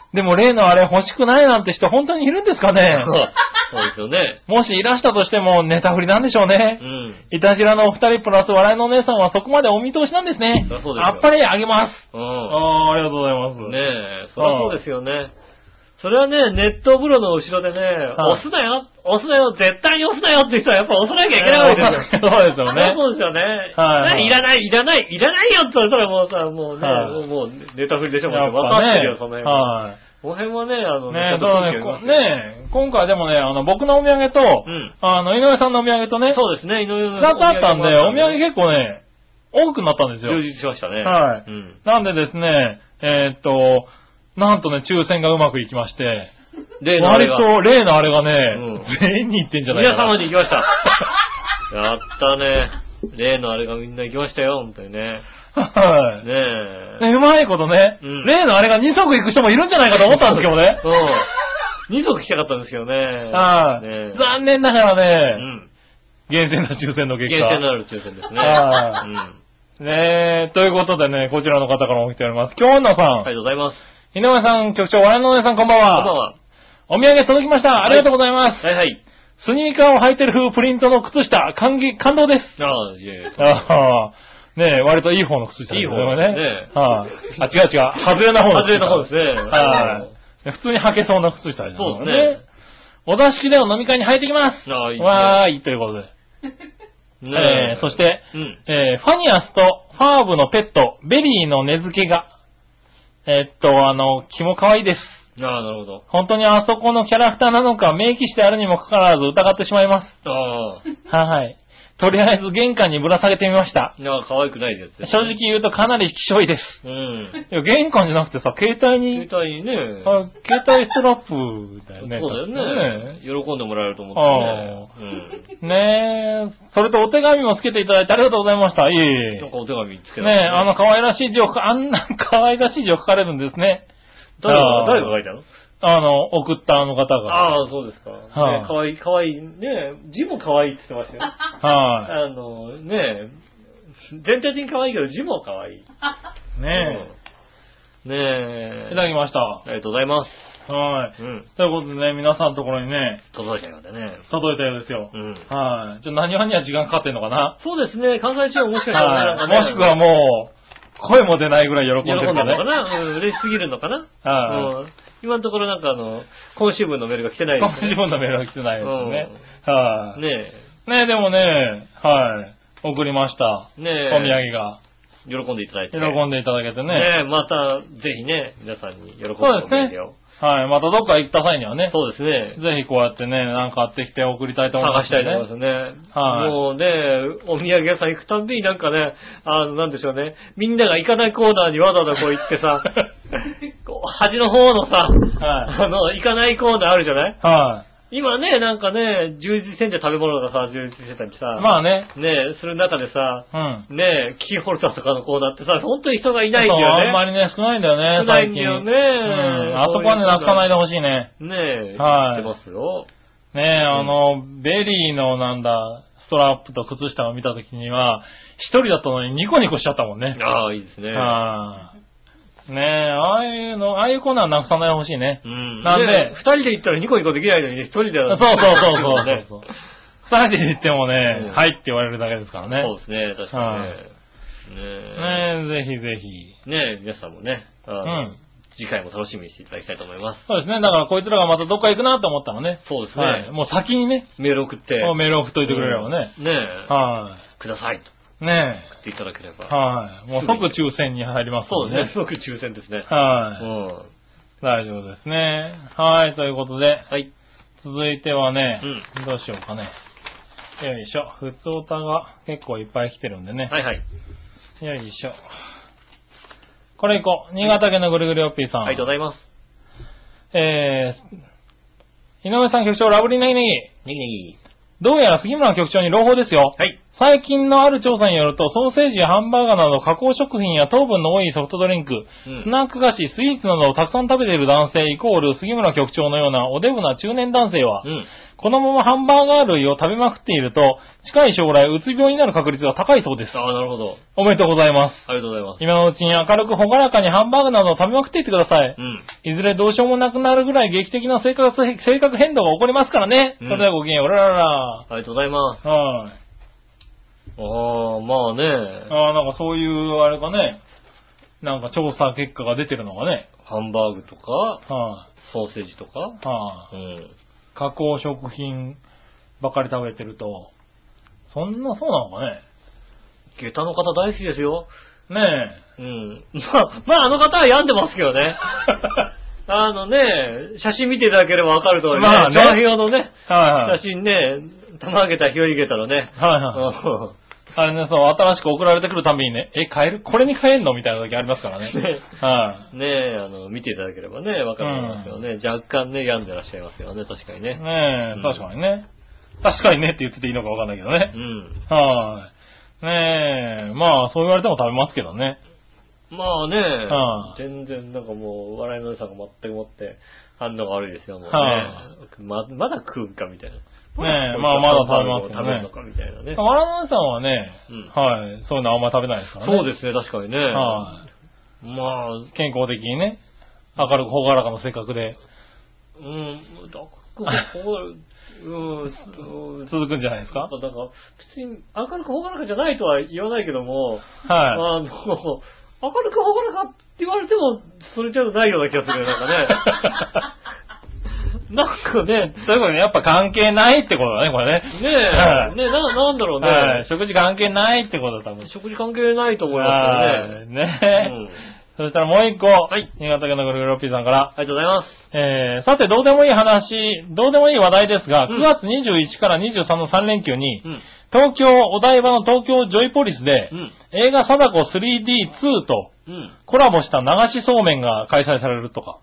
でも例のあれ欲しくないなんて人本当にいるんですかね。 そうですよね。 もしいらしたとしてもネタ振りなんでしょうね。 うん。 いたじらのお二人プラス笑いのお姉さんはそこまでお見通しなんですね。 そうですよ。 あっぱれあげます。 うん。 ありがとうございます。 ねえ、そうですよね。それはね、熱湯風呂の後ろでね、押すなよ、絶対に押すなよって人はやっぱ押さなきゃいけないわけですよ。 そうですよね。 そうですよね。 はい。 いらないよって言ったらもうさ、もうね、もうネタ振りでしょ、もう分かってるよ、その辺は。はい。この辺はね、 ね、今回でもね、僕のお土産と、井上さんのお土産とね、 そうですね、井上さん。2つあったんで、お土産結構ね、多くなったんですよ。 充実しましたね。 はい。なんでですね、なんとね、抽選がうまくいきまして、割と例のあれがね、全員に行ってんじゃないかな。 皆様に行きました。やったね。例のあれがみんな行きましたよ、本当にね。 はい。 ねえ。 うまいことね、例のあれが2足行く人もいるんじゃないかと思ったんですけどね。 2足来たかったんですけどね。 はい。残念ながらね、厳選な抽選の結果。 厳選なる抽選ですね。 はい。ねえ、ということでね、こちらの方からも来ております。京女さん。 ありがとうございます。 井上さん、局長、笑いのお姉さん、こんばんは。 こんばんは。 お土産届きました。ありがとうございます。 はいはい。 スニーカーを履いてる風プリントの靴下、感動です。 いやねえ、割といい方の靴下ですね。 いい方ね。 違う。外れな方外れな方ですね。 はい。普通に履けそうな靴下ですね。 そうですね。 お座敷での飲み会に履いてきます。わーい、ということで。そして、ファニアスとファーブのペット、ベリーの根付けが、気も可愛いです。 なるほど。 本当にあそこのキャラクターなのか明記してあるにもかかわらず疑ってしまいます。はい。とりあえず玄関にぶら下げてみました。 可愛くないですね。 正直言うとかなり希少いです。いや、玄関じゃなくてさ、携帯にね。携帯ストラップだよね。 そうだよね。喜んでもらえると思ってね。 ねえ。それとお手紙もつけていただいてありがとうございました。いえ。 なんかお手紙つけられて。 ねえ、可愛らしい字を、あんな可愛らしい字を書かれるんですね。 誰が書いたの？ 送った方が。 そうですか。かわいい、ね字もかわいいって言ってましたよ。全体的にかわいいけど字もかわいい。ねえ。 いただきました。 ありがとうございます。 はい。ということでね、皆さんのところにね、 届いたようでね。 届いたようですよ。はい。何話には時間かかってんのかな？ そうですね、考え中はもしかしたらね。もしくはもう、声も出ないぐらい喜んでるかね。 喜んでるのかな？嬉しすぎるのかな？今のところ今週分のメールが来てないですね。 今週分のメールが来てないですね。はい。 ねえ、でもね、はい。送りました。ねえ。お土産が。 喜んでいただいて。 喜んでいただけてね。 ねえ、また、ぜひね、皆さんに喜んでもらえるよ。 はい。またどっか行った際にはね。 そうですね。 ぜひこうやってね、なんか買ってきて送りたいと思います、 探したいと思いますね。はい。もうね、お土産屋さん行くたんびになんかね、なんでしょうね。みんなが行かないコーナーにわざわざこう行ってさ、端の方のさ、行かないコーナーあるじゃない？はい。今ね、なんかね、充実せんじゃ食べ物がさ、充実してたりさ。 まあね。 ね、する中でさ、ね、キーホルダーとかのコーナーってさ、本当に人がいないんだよね。 そう、あんまりね、少ないんだよね、 少ないんだよね。 あそこはね、なくさないでほしいね。 ねえ、言ってますよ。 ねえ、ベリーのストラップと靴下を見たときには、一人だったのにニコニコしちゃったもんね。 いいですね。 ねえ、ああいうコーナーなくさないでほしいね。なんで、 二人で行ったらニコニコできないのにね、一人でそう。二人で行ってもね、はいって言われるだけですからね。 そうですね、確かにね。 ねえ、ぜひぜひ。 ねえ、皆さんもね、次回も楽しみにしていただきたいと思います。 そうですね、だからこいつらがまたどっか行くなと思ったらね。 そうですね。 もう先にね、 メール送って。 メール送っといてくれればね。 ねえ。くださいと。 ねえ。 送っていただければ。 はい。もう即抽選に入りますのでね。 そうですね。即抽選ですね。 はい。大丈夫ですね。はい。ということで。はい。続いてはね、どうしようかね。よいしょ。ふつおたが結構いっぱい来てるんでね。 はいはい。 よいしょ。これいこう。新潟県のぐるぐるおっぴーさん。 ありがとうございます。 井上さん局長、ラブリーネギネギ。 ネギネギ。 どうやら杉村局長に朗報ですよ。 はい。 最近のある調査によると、ソーセージやハンバーガーなど加工食品や糖分の多いソフトドリンク、スナック菓子、スイーツなどをたくさん食べている男性イコール杉村局長のようなおデブな中年男性は、このままハンバーガー類を食べまくっていると、近い将来うつ病になる確率が高いそうです。 ああ、なるほど。 おめでとうございます。 ありがとうございます。 今のうちに明るく朗らかにハンバーガーなどを食べまくっていってください。いずれどうしようもなくなるぐらい劇的な性格変動が起こりますからね。それではごきげんよう、うららら。 ありがとうございます。 はい。 ああ、まあね。 なんかそういう、あれかね、なんか調査結果が出てるのがね。 ハンバーグとか、ソーセージとか、 加工食品ばかり食べてると、そうなのかね。 下駄の方大好きですよ。 ねえ。 まああの方は病んでますけどね。写真見ていただければわかる通りね。まあね。長編のね、写真ね、玉げた日和げたのね。 あれね、そう、新しく送られてくるたびにね、買える？これに買えんのみたいな時ありますからね。 見ていただければね、わかりますよね。若干ね、病んでらっしゃいますよね、確かにね。 確かにね。確かにねって言ってていいのかわかんないけどね。まあ、そう言われても食べますけどね。 まあね、全然なんかもう、笑いの良さが全くもって反応が悪いですよ、もうね。まだ食うかみたいな。 まだ食べますね。 食べるのかみたいなね。 笑いの良さんはね、そういうのあんま食べないですからね。 そうですね、確かにね。まあ、 健康的にね、明るく朗らかな性格で。続くんじゃないですか？ なんか、別に明るく朗らかじゃないとは言わないけども、明るく朗らかって言われても、それじゃないような気がするよ、なんかね。なんかね、 そういうことね、やっぱ関係ないってことだね、これね。 なんだろうね。 食事関係ないってことだ、多分。 食事関係ないと思いますよね。 そしたらもう一個。新潟県のぐるぐるおっぴーさんから。 ありがとうございます。 さて、どうでもいい話題ですが、9月21から23の3連休に、東京、お台場の東京ジョイポリスで、映画貞子 3D2 とコラボした流しそうめんが開催されるとか。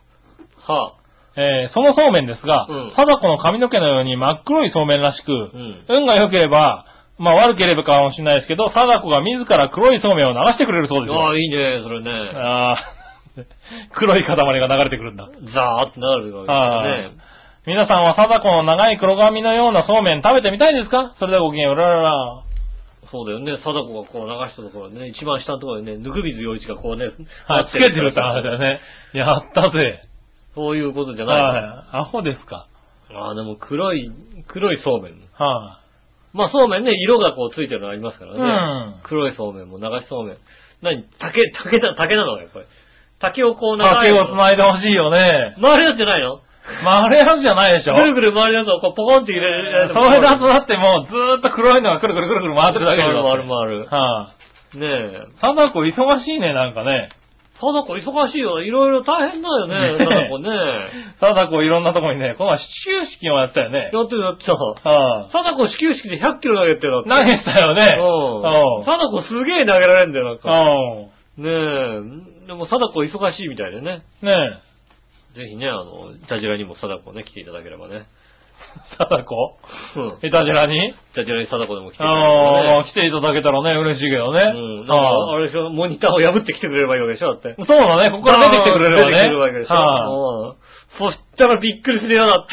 そのそうめんですが、貞子の髪の毛のように真っ黒いそうめんらしく、運が良ければ、まあ悪ければかもしれないですけど、貞子が自ら黒いそうめんを流してくれるそうですよ。 ああ、いいね、それね。 黒い塊が流れてくるんだ。 ザーってなるわけですね。 皆さんは貞子の長い黒髪のようなそうめん食べてみたいですか？それではごきげんよう、うららら。 そうだよね、貞子がこう流したところね、一番下のところにね、ぬくみずよいちがこうね、 つけてるって話だよね。やったぜ。 そういうことじゃないの。 アホですか。 でも黒いそうめん。まあそうめんね、色がこうついてるのありますからね。黒いそうめんも流しそうめん。竹なのやっぱり。竹をこう竹を繋いでほしいよね。 回るやつじゃないの？ 回るやつじゃないでしょ。 ぐるぐる回るやつをこうポコンって入れるやつ。 そういうやつだってもうずーっと黒いのがくるくるくるくる回ってるだけでしょ。 回る。ねえ。 貞子忙しいね、なんかね。 貞子忙しいよ。いろいろ大変だよね、貞子ね。 貞子いろんなとこにね、この始球式をやったよね。 やってた。貞子始球式で100キロ投げてる投げてたよね。 貞子すげえ投げられるんだよ、なんか。ねえ。でも貞子忙しいみたいでね。ぜひね、イタジラにも貞子ね、来ていただければね。 貞子？イタジラに？ イタジラに貞子でも来ていただければね。 来ていただけたらね、嬉しいけどね。 あれでしょ、モニターを破ってきてくれればいいわけでしょ、だって。 そうだね、ここから出てきてくれればね。 出てきてくれるわけでしょ。そしたらびっくりするよ、だって。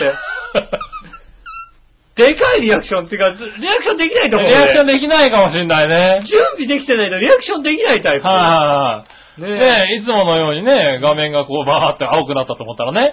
でかいリアクションっていうか、リアクションできないと思う。 リアクションできないかもしれないね。 準備できてないとリアクションできないタイプ。 ねえ、いつものようにね、画面がこうバーって青くなったと思ったらね。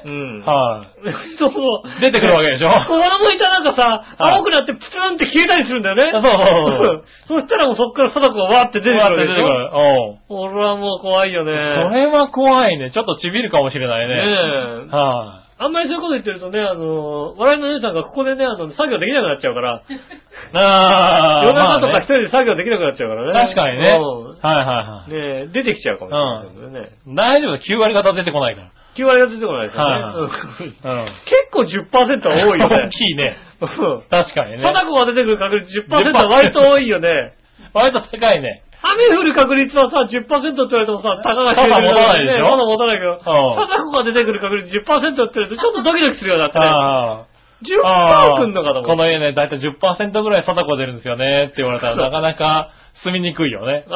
出てくるわけでしょ。 このモニターなんかさ、青くなってプツンって消えたりするんだよね。そしたらもうそっから貞子がわーって出てくるわけでしょ。俺はもう怖いよね。 それは怖いね。ちょっとちびるかもしれないね。 あんまりそういうこと言ってるとね、笑いの姉さんがここでね、作業できなくなっちゃうから。夜中とか一人で作業できなくなっちゃうからね。 確かにね。 ね出てきちゃうかもしれないけどね。 大丈夫だ、9割方出てこないから。 9割方出てこないですよね。結構 10% は多いよね。 大きいね。確かにね。 貞子が出てくる確率 10% は割と多いよね。 割と高いね。 雨降る確率はさ、10% って言われてもさ、たかが知れる。 傘持たないでしょ。 傘持たないけど、貞子が出てくる確率 10% って言われるとちょっとドキドキするようになってね。 10% くんのかと思って。 この家ね、だいたい 10% ぐらい貞子出るんですよねって言われたらなかなか住みにくいよね。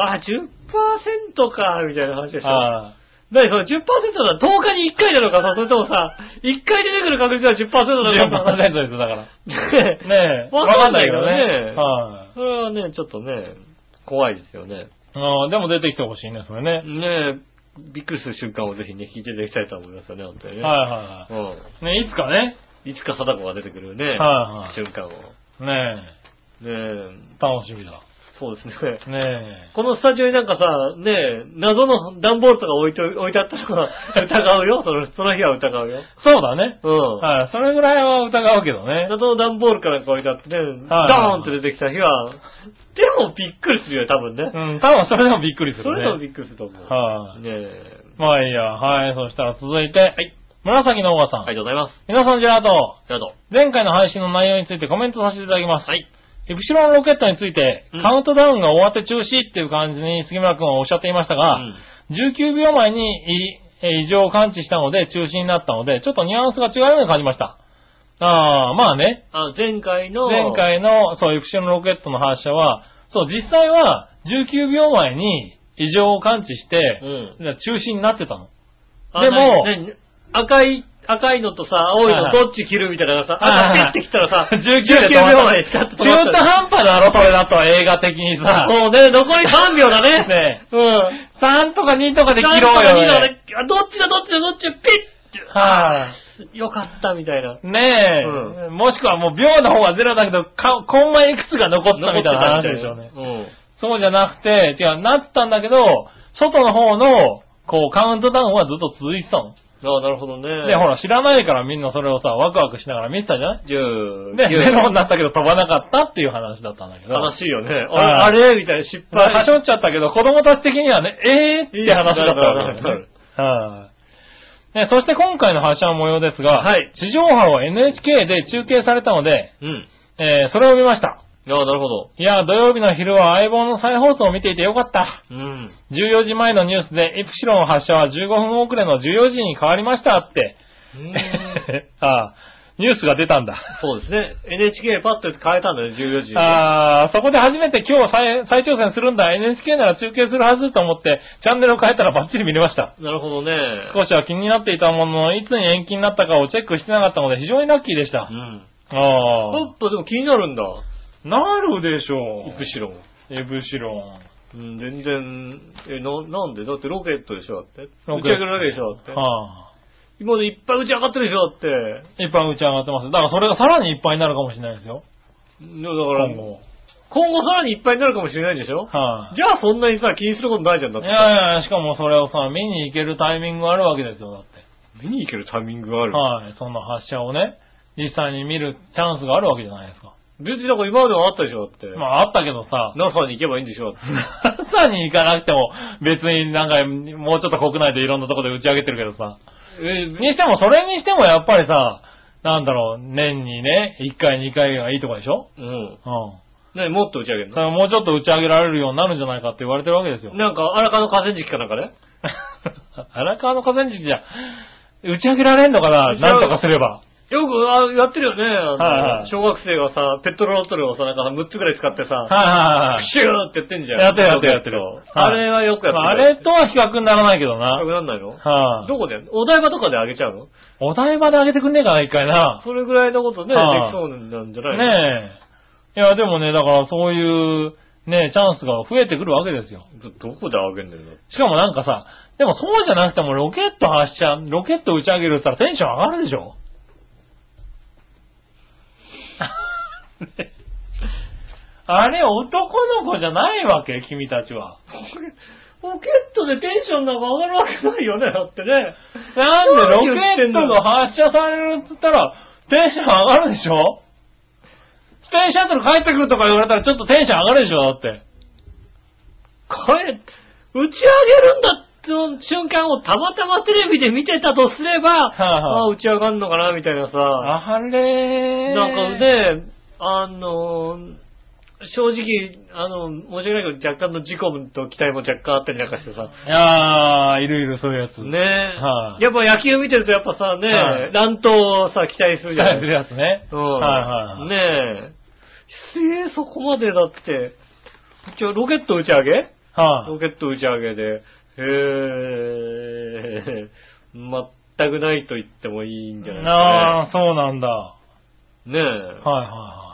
10% か、みたいな話でしょ。だからその 10% は10日に1回なのかさ、それともさ、1回出てくる確率は 10% なのか。 10% ですよ、だから。ねえ。 わかんないけどね。それはね、ちょっとね、怖いですよね。 でも出てきてほしいね、それね。 ねえ。びっくりする瞬間をぜひね、聞いていただきたいと思いますよね、本当にね。 ね、いつかね。 いつか貞子が出てくるね、瞬間を。 ねえ。 楽しみだ。 そうですね。 ねこのスタジオになんかさ、謎の段ボールとか置いてあったのは疑うよ。その日は疑うよ。 そうだね。それぐらいは疑うけどね。 謎の段ボールから置いてあってね、ドーンって出てきた日は、でもびっくりするよ、多分ね。 多分それでもびっくりするね。 それでもびっくりすると思う。 まあいいや。そしたら続いて、紫のおばさん。 ありがとうございます。 皆さんジェラート。 ジェラート。 前回の配信の内容についてコメントさせていただきます。イプシロンロケットについて、カウントダウンが終わって中止っていう感じに杉村くんはおっしゃっていましたが、19秒前に異常を感知したので中止になったので、ちょっとニュアンスが違うように感じました。まあね。 前回の、 そう、イプシロンロケットの発射は、そう、実際は19秒前に異常を感知して、中止になってたの。でも、赤いのとさ、青いのどっち切るみたいなさ、赤切ってきたらさ、19秒前に使って中途半端だろ、それだと映画的にさ。 そうね、残り3秒だね。 3とか2とかで切ろうよね。 3とか2とかで、どっちだ、ピッよかったみたいな。 ねえ。もしくはもう秒の方はゼロだけど、コンマいくつが残ったみたいな話でしょうね。そうじゃなくて、なったんだけど、外の方の、カウントダウンはずっと続いてたの。 なるほどね。 で、ほら、知らないからみんなそれをさ、ワクワクしながら見てたじゃない 10。 で、ゼロになったけど飛ばなかったっていう話だったんだけど。 悲しいよね。あれみたいな失敗。 はしょっちゃったけど、子供たち的にはね、って話だったわけですね。そして今回の発射の模様ですが、地上波は NHK で中継されたので、それを見ました。 なるほど。 いや、土曜日の昼は相棒の再放送を見ていてよかった。14時前のニュースでイプシロン発射は15分遅れの14時に変わりましたって。ニュースが出たんだ。 そうですね。NHK パッと変えたんだね、14時に。 そこで初めて今日再挑戦するんだ。NHK なら中継するはずと思って、チャンネルを変えたらバッチリ見れました。 なるほどね。 少しは気になっていたものの、いつに延期になったかをチェックしてなかったので非常にラッキーでした。やっぱでも気になるんだ。 なるでしょう。 イプシロン。 全然、なんでだってロケットでしょだって。打ち上げるだけでしょだって。今までいっぱい打ち上がってるでしょだって。 いっぱい打ち上がってます。だからそれがさらにいっぱいになるかもしれないですよ。 だから今後さらにいっぱいになるかもしれないんでしょじゃあそんなにさ、気にすることないじゃんだって。いや、しかもそれをさ、見に行けるタイミングがあるわけですよ、だって。 見に行けるタイミングがある？ そんな発射をね、実際に見るチャンスがあるわけじゃないですか。 別になんか今までもあったでしょだって。 あったけどさ。 NASA に行けばいいんでしょだって。 NASA に行かなくても、別になんか、もうちょっと国内でいろんなところで打ち上げてるけどさ。にしても、それにしてもやっぱりさ、年にね、1回2回がいいとかでしょ？ もっと打ち上げるの？ もうちょっと打ち上げられるようになるんじゃないかって言われてるわけですよ。 なんか、荒川の河川敷かなんかね。 荒川の河川敷じゃ、打ち上げられんのかな？なんとかすれば。 よく、やってるよね。小学生がさ、ペットロトルをさ、なんか6つくらい使ってさ、プシューってやってんじゃん。 やってる。 あれはよくやってる。 あれとは比較にならないけどな。 比較にならないの？どこで？お台場とかであげちゃうの？ お台場であげてくんねえかな、一回な。 それぐらいのことね、できそうなんじゃないの？ ねえ。いや、でもね、だからそういう、ね、チャンスが増えてくるわけですよ。 どこであげんねんの？ しかもなんかさ、でもそうじゃなくてもロケット打ち上げるって言ったらテンション上がるでしょ？あれ男の子じゃないわけ？君たちは。 ロケットでテンションなんか上がるわけないよね、だってね。 なんでロケットが発射されるって言ったらテンション上がるでしょ？スペースシャトル帰ってくるとか言われたらちょっとテンション上がるでしょ、だって。 打ち上げるんだって瞬間をたまたまテレビで見てたとすれば、打ち上がるのかなみたいなさ。 あれー。 なんかね、 正直、申し訳ないけど、若干の事故と期待も若干あったりなんかしてさ。 いやー、いるそういうやつ。 ねえ。はい。やっぱ野球見てるとやっぱさ、ねえ、乱闘をさ、期待するじゃない。 期待するやつね。 うん。はいはい。ねえ。そこまでだって、ロケット打ち上げ？はい。ロケット打ち上げで、全くないと言ってもいいんじゃないですか、ね。 ああ、そうなんだ。 ねえ。はいはいはい。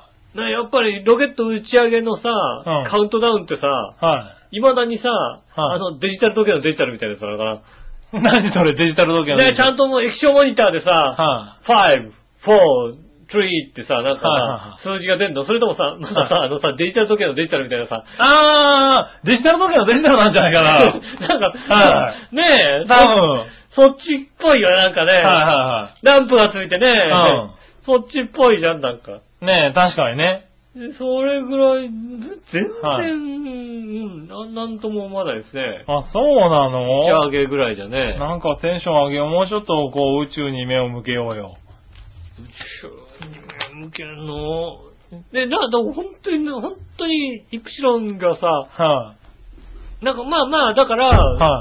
やっぱりロケット打ち上げのさ、カウントダウンってさ、はい。未だにさ、デジタル時計のデジタルみたいなやつだから。 何それデジタル時計のデジタル。 ね、ちゃんともう液晶モニターでさ、5、4、3ってさ、なんかさ、数字が出んの？それともさ、まださ、デジタル時計のデジタルみたいなさ。 デジタル時計のデジタルなんじゃないかな。 なんか、ねえ、多分。そっちっぽいよね、なんかね。ランプがついてね、そっちっぽいじゃん、なんか。 ねえ、確かにね。 それぐらい、全然、なんとも思わないですね。 あ、そうなの？ 打ち上げぐらいじゃね。 なんかテンション上げよう。もうちょっとこう宇宙に目を向けようよ。 宇宙に目を向けるの？で、本当にイプシロンがさ、なんかまあ、だから、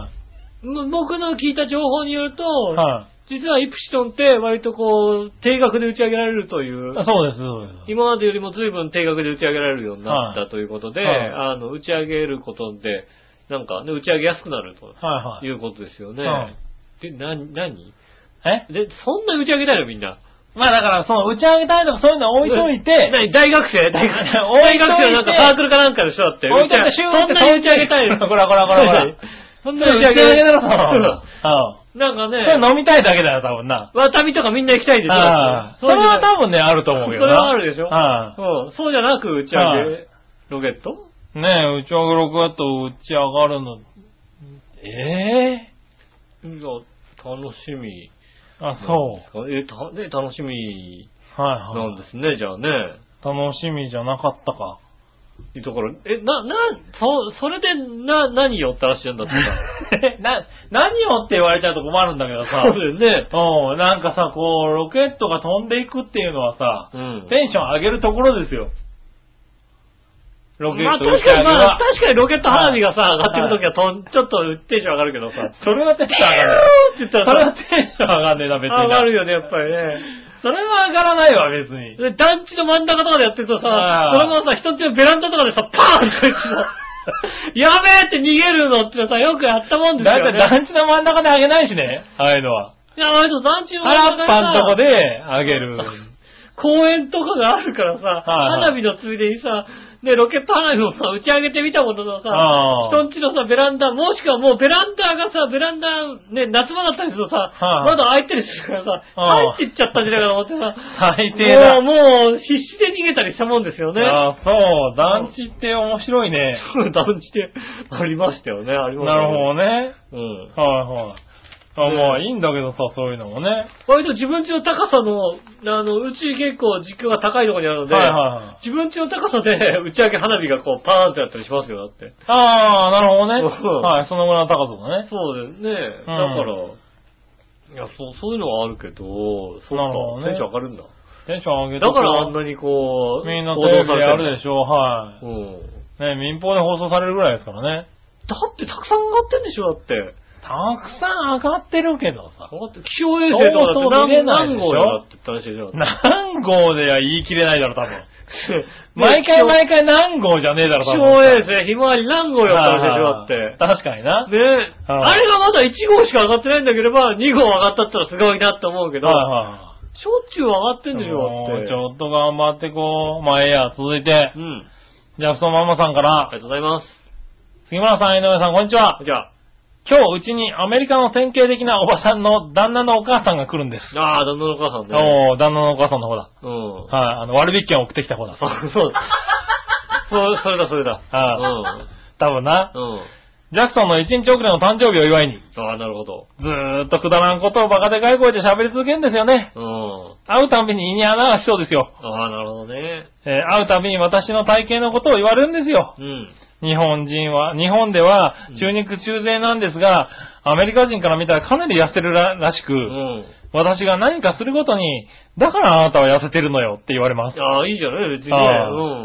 僕の聞いた情報によると、実はイプシロンって割とこう、定額で打ち上げられるという。 そうです、そうです。 今までよりも随分定額で打ち上げられるようになったということで、打ち上げることで、なんかね、打ち上げやすくなるということですよね。で、何で、そんな打ち上げたいのみんな。 まあだから、その打ち上げたいとかそういうの置いといて。 大学生のなんかサークルかなんかでしょって。 置いといてシューってそんなに打ち上げたいの。 こら。そんな打ち上げだろ。 なんかね。 それ飲みたいだけだよ、多分な。 ワタミとかみんな行きたいんでしょ。 それは多分ね、あると思うよな。 それはあるでしょ。そうじゃなく打ち上げ、ロケット？ ねえ、打ち上げロケット打ち上がるの。いや、 楽しみ。 あ、そう。 楽しみなんですね、じゃあね。 楽しみじゃなかったか。 だから、それで、何よって話なんだってさ。 何よって言われちゃうと困るんだけどさ。 そうだよね。 なんかさ、こう、ロケットが飛んでいくっていうのはさ、テンション上げるところですよ。ロケット打ち上げは。 確かにロケット花火がさ、上がってるときはちょっとテンション上がるけどさ。 それはテンション上がる。 って言ったらそれはテンション上がんねえな、別に。 上がるよね、やっぱりね。 それは上がらないわ、別に。 で、団地の真ん中とかでやってるとさ、それもさ、人んちのベランダとかでさ、パーンってやべえって逃げるのってさ、よくやったもんですよね。 だって団地の真ん中であげないしね、ああいうのは。 いや、割と団地の真ん中で原っぱんとこであげる。 公園とかがあるからさ、花火のついでにさ、ね、ロケット花火をさ、打ち上げてみたことのさ、人んちのさ、ベランダ、もしくはもうベランダがさ、ね、夏場だったりするとさ、まだ開いてるしからさ、入っていっちゃったんじゃないかと思ってさ、 最低だ。 もう必死で逃げたりしたもんですよね。 そう、団地って面白いね。 団地ってありましたよね、ありましたね。なるほどね。はい。まあいいんだけどさ、そういうのもね。 割と自分家の高さの、うち結構実家が高いところにあるので、自分家の高さで打ち上げ花火がこうパーンってやったりしますよ、だって。 なるほどね。はい、そのぐらいの高さだね。 そうだよね。だから、いや、そういうのはあるけど、そうか、テンション上がるんだ。 テンション上げて。 だからあんなにこう、 みんなテレビでやるでしょ、はい。ね、民放で放送されるぐらいですからね。 だってたくさん上がってんでしょ、だって。 たくさん上がってるけどさ。 気象衛星とかだって何号だって言ったらしいじゃん。 何号では言い切れないだろ、多分。毎回何号じゃねえだろ、多分。 気象衛星、ひまわり何号やったらしいでしょ、だって。 確かにな。 ねあれがまだ1号しか上がってないんだければ、2号上がったったらすごいなって思うけど、しょっちゅう上がってんでしょ、だって。 ちょっと頑張ってこう、続いて。じゃあ、そのママさんから。 ありがとうございます。 杉村さん、井上さん、こんにちは。 じゃあ。 今日うちにアメリカの典型的なおばさんの旦那のお母さんが来るんです。 旦那のお母さんね。 旦那のお母さんの方だ。はい、割引券送ってきた方だ。 そう。それだ。 多分な。ジャクソンの1日遅れの誕生日を祝いに。 なるほど。 ずーっとくだらんことをバカでかい声で喋り続けるんですよね。会うたびに胃に穴が来そうですよ。 なるほどね。 会うたびに私の体型のことを言われるんですよ。日本では中肉中背なんですが、アメリカ人から見たらかなり痩せるらしく、私が何かするごとに、だからあなたは痩せてるのよって言われます。 いいじゃない別にね。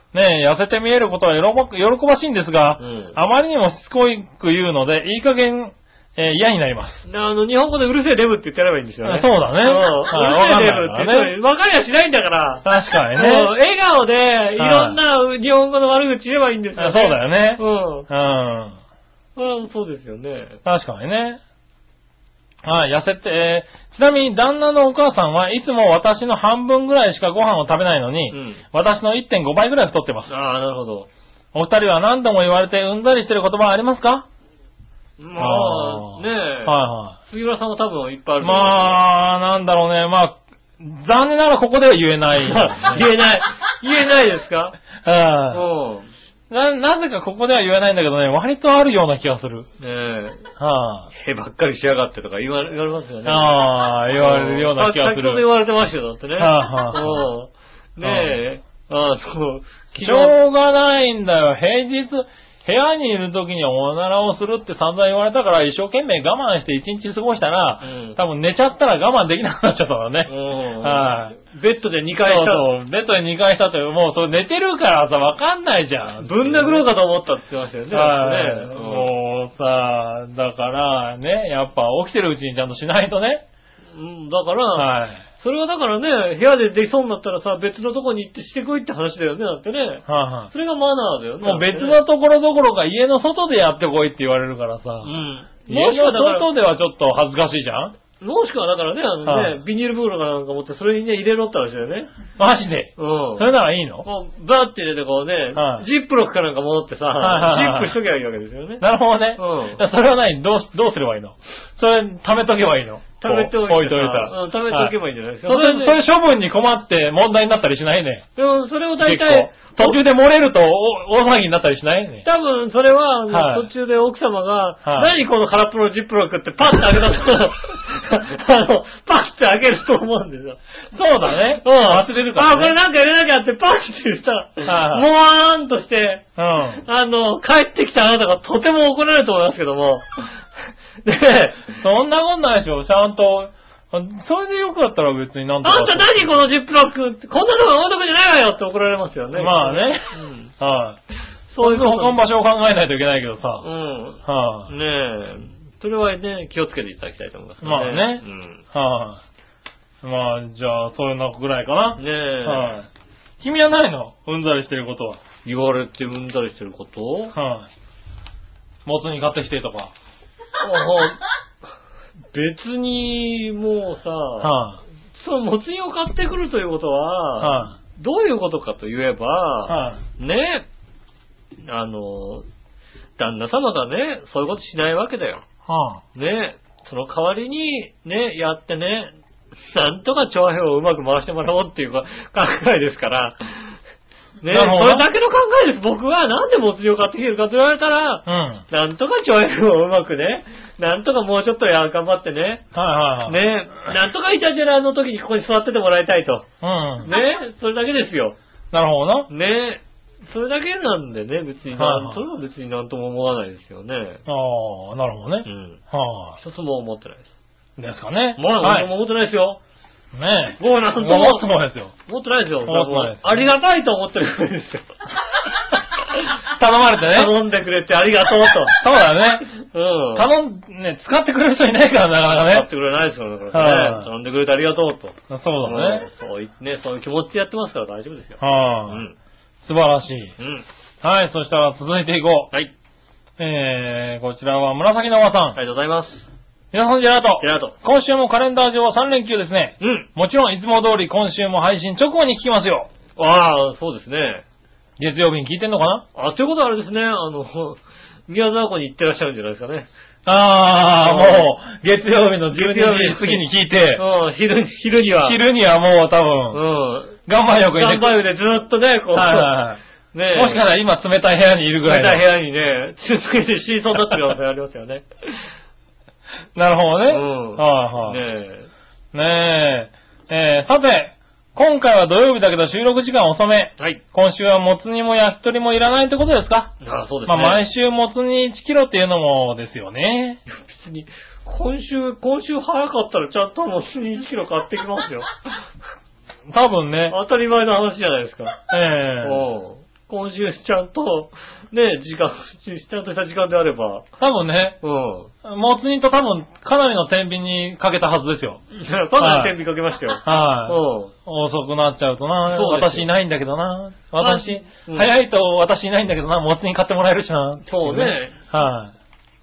ねえ、痩せて見えることは喜ばしいんですが、あまりにもしつこく言うので、いい加減、嫌になります。 日本語でうるせえデブって言ってやればいいんですよね。 そうだね。うるせえデブって言って分かりゃしないんだから。 確かにね。 笑顔で、いろんな日本語の悪口言えばいいんですよね。 そうだよね。 そうですよね。 確かにね。はい、痩せて、ちなみに旦那のお母さんはいつも私の半分ぐらいしかご飯を食べないのに、私の 1.5 倍ぐらい太ってます。 ああ、なるほど。 お二人は何度も言われてうんざりしてる言葉ありますか？ まあ、ねえ。はいはい。杉浦さんは多分いっぱいある。 まあ、なんだろうね。まあ、残念ながらここでは言えない、ね。 言えないですか？ なぜかここでは言えないんだけどね、割とあるような気がする。 へばっかりしやがってとか言われますよね。 言われるような気がする。 先ほど言われてましたよ、だってね。ねえ。そう。 しょうがないんだよ。平日、部屋にいる時におならをするって散々言われたから一生懸命我慢して一日過ごしたら、多分寝ちゃったら我慢できなくなっちゃったからね。 ベッドで2回した。 そう、ベッドで2回したって、もうそれ寝てるからさ、わかんないじゃん。 ぶん殴ろうかと思ったって言ってましたよね。 もうさ、だからね、やっぱ起きてるうちにちゃんとしないとね。 だから、それはだからね、部屋でできそうになったらさ、別のとこに行ってしてこいって話だよね、だってね。それがマナーだよね。 もう別のところどころか家の外でやってこいって言われるからさ。家の外ではちょっと恥ずかしいじゃん？ もしくはだからね、ビニール袋かなんか持ってそれにね、入れろって話だよね。 マジで？それならいいの？ バーって入れてこうね、ジップロックかなんか戻ってさ、ジップしとけばいいわけですよね。 なるほどね。それは何？どうすればいいの？それ、貯めとけばいいの？ 貯めておいて。 置いといたら。 貯めておけばいいんじゃないですか。 それ処分に困って問題になったりしないね。 でも、それを大体、 途中で漏れると大騒ぎになったりしないね。 多分、それは、途中で奥様が、何この空っぽのジップロックってパッて開けたと、パッて開けると思うんですよ。 そうだね。忘れるからね。 これなんか入れなきゃってパッて言ったら、もわーんとして、帰ってきたあなたがとても怒られると思いますけども、 そんなもんないでしょ、ちゃんと。それでよくだったら別になんとか。 あんた何このジップロックって、こんなとこ置いとくんじゃないわよって怒られますよね。 まあね。そういう保管場所を考えないといけないけどさ。 ねえ。それはね、気をつけていただきたいと思いますね。 まあね。まあ、じゃあ、そういうのぐらいかな。 ねえ。 君はないの？うんざりしてることは。 言われてうんざりしてること？ もつ煮買ってきてとか。 別に、もうさ、そのもつ煮を買ってくるということは、どういうことかと言えば、ね、旦那様がね、そういうことしないわけだよ。ね、その代わりに、ね、やってね、なんとか長編をうまく回してもらおうっていう考えですから、ね、それだけの考えです。僕はなんでもつ煮を買ってきてるかと言われたら、なんとか長編をうまくね、なんとかもうちょっと頑張ってね、ね、なんとかイタジェラの時にここに座っててもらいたいと。ね、それだけですよ。 なるほどな。 ね、それだけなんでね、別に、それは別になんとも思わないですよね。 なるほどね。 一つも思ってないです。 ですかね。 まあ、なんとも思ってないですよ。 ねえ。 もうなんとも思ってないですよ。 思ってないですよ。ありがたいと思ってるからですよ。 頼まれてね。 頼んでくれてありがとうと。 そうだね。使ってくれる人いないからなかなかね。 使ってくれないですから、だからね。頼んでくれてありがとうと。 そうだね。 そういう気持ちでやってますから大丈夫ですよ。 素晴らしい。はい、そしたら続いていこう。 はい。 こちらは紫のおばさん。 ありがとうございます。 皆さん、ジェラート。 ジェラート。 今週もカレンダー上は3連休ですね。もちろん、いつも通り今週も配信直後に聞きますよ。 ああ、そうですね。 月曜日に聞いてんのかな？ ということはあれですね、宮沢湖に行ってらっしゃるんじゃないですかね。 もう、月曜日の12時過ぎに聞いて。 昼には。 昼にはもう多分、岩盤浴にね。 岩盤浴でずっとね、こう。 ねもしかしたら今冷たい部屋にいるぐらい。 冷たい部屋にね、冷たいシーソーになってる可能性ありますよね。 なるほどね。ねえ。さて、今回は土曜日だけど収録時間遅め。はい。今週はもつ煮も焼き鳥もいらないってことですか？ そうですね。 毎週もつ煮1キロっていうのもですよね。 別に、今週早かったらちゃんともつ煮1キロ買ってきますよ。 多分ね。 当たり前の話じゃないですか。 今週ちゃんと、ね、ちゃんとした時間であれば。 多分ね、もつ煮と多分、かなりの天秤にかけたはずですよ。 かなり天秤かけましたよ。 はい。遅くなっちゃうとな、私いないんだけどな、早いと私いないんだけどな、もつ煮買ってもらえるしな。 そうね。 はい。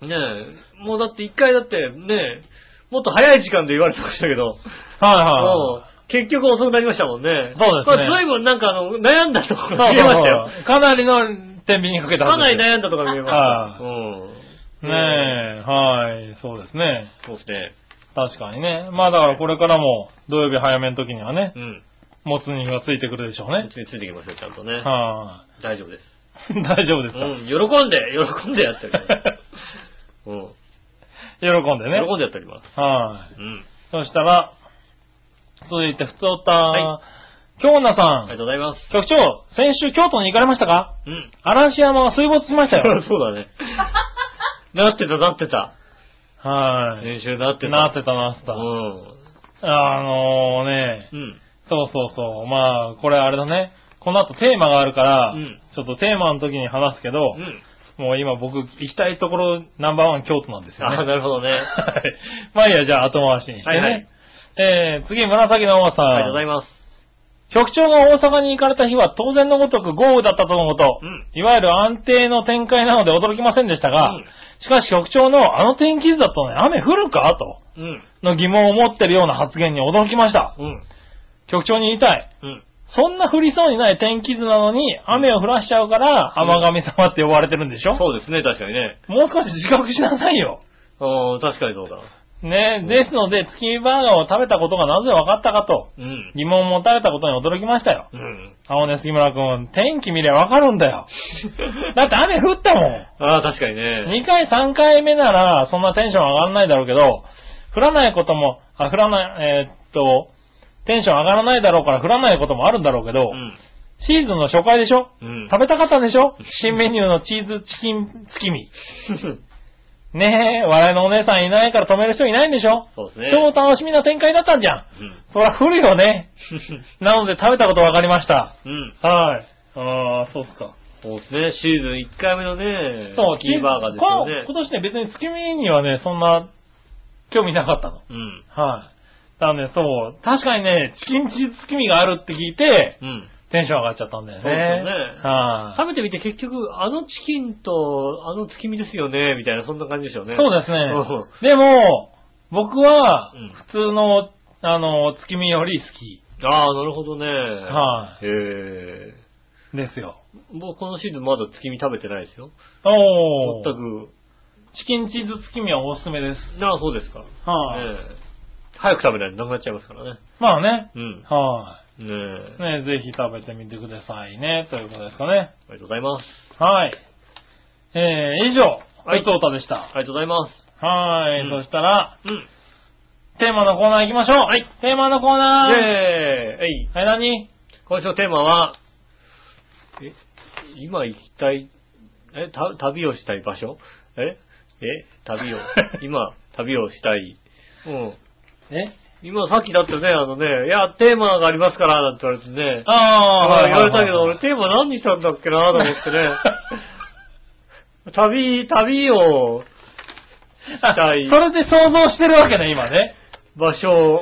ねえ、もうだって一回だってね、もっと早い時間で言われてましたけど。結局遅くなりましたもんね。 そうですね。 これ随分なんか悩んだところ見えましたよ。 かなりの天秤にかけたはずです。 かなり悩んだところ見えました。 ねえ、はい、そうですね。 そうですね。 確かにね。まあだからこれからも土曜日早めの時にはね、もつ煮がついてくるでしょうね。 もつ煮ついてきますよ、ちゃんとね。大丈夫です。 大丈夫ですか？ 喜んでやってる。 喜んでね。 喜んでやっております。 はい。そしたら、続いて、ふつおた、京奈さん。 ありがとうございます。 局長、先週京都に行かれましたか？嵐山は水没しましたよ。 そうだね。なってた。 はい。 先週なってた。 なってた。そう。まあ、これあれだね。この後テーマがあるから、ちょっとテーマの時に話すけど、もう今僕行きたいところナンバーワン京都なんですよね。 なるほどね。はい。 まあいいや、じゃあ後回しにしてね。次、紫の王さん。 ありがとうございます。 局長が大阪に行かれた日は当然のごとく豪雨だったとのこと。いわゆる安定の展開なので驚きませんでしたが、しかし局長のあの天気図だとね、雨降るかと、の疑問を持ってるような発言に驚きました。局長に言いたい。そんな降りそうにない天気図なのに雨を降らしちゃうから雨神様って呼ばれてるんでしょ？ そうですね、確かにね。 もう少し自覚しなさいよ。 確かにそうだ。 ね、ですので、月見バーガーを食べたことがなぜ分かったかと、疑問を持たれたことに驚きましたよ。青根杉村くん、天気見りゃ分かるんだよ。だって雨降ったもん。 確かにね。 2回3回目ならそんなテンション上がらないだろうけど、降らないことも、テンション上がらないだろうから降らないこともあるんだろうけど、シーズンの初回でしょ、食べたかったんでしょ新メニューのチーズチキン月見。ねえ、笑いのお姉さんいないから止める人いないんでしょ？ そうですね。 超楽しみな展開だったんじゃん。そら降るよね。なので食べたこと分かりました。はい。そうっすか。 そうですね。シーズン1回目のね、月見バーガーですよね。 今年ね、別に月見にはね、そんな興味なかったの。はい。だからね、そう、確かにね、チキンチーズ月見があるって聞いて、テンション上がっちゃったんだよね。 そうですよね。食べてみて結局、あのチキンとあの月見ですよね、みたいな、そんな感じですよね。 そうですね。でも、僕は、普通の、月見より好き。 なるほどね。 ですよ。 僕このシーズンまだ月見食べてないですよ。全く。 チキンチーズ月見はおすすめです。 そうですか。早く食べないとなくなっちゃいますからね。 まあね。 ねぜひ食べてみてくださいね。ということですかね。 ありがとうございます。 はい。以上、ふつおたでした。 ありがとうございます。 そしたら、テーマのコーナー行きましょう。テーマのコーナー。何？ 今週のテーマは、今行きたい、旅をしたい場所？今、旅をしたい。今さっきだってね、いや、テーマがありますから、なんて言われてね。言われたけど、俺テーマ何にしたんだっけな、と思ってね。旅をしたい。 それで想像してるわけね、今ね。 場所。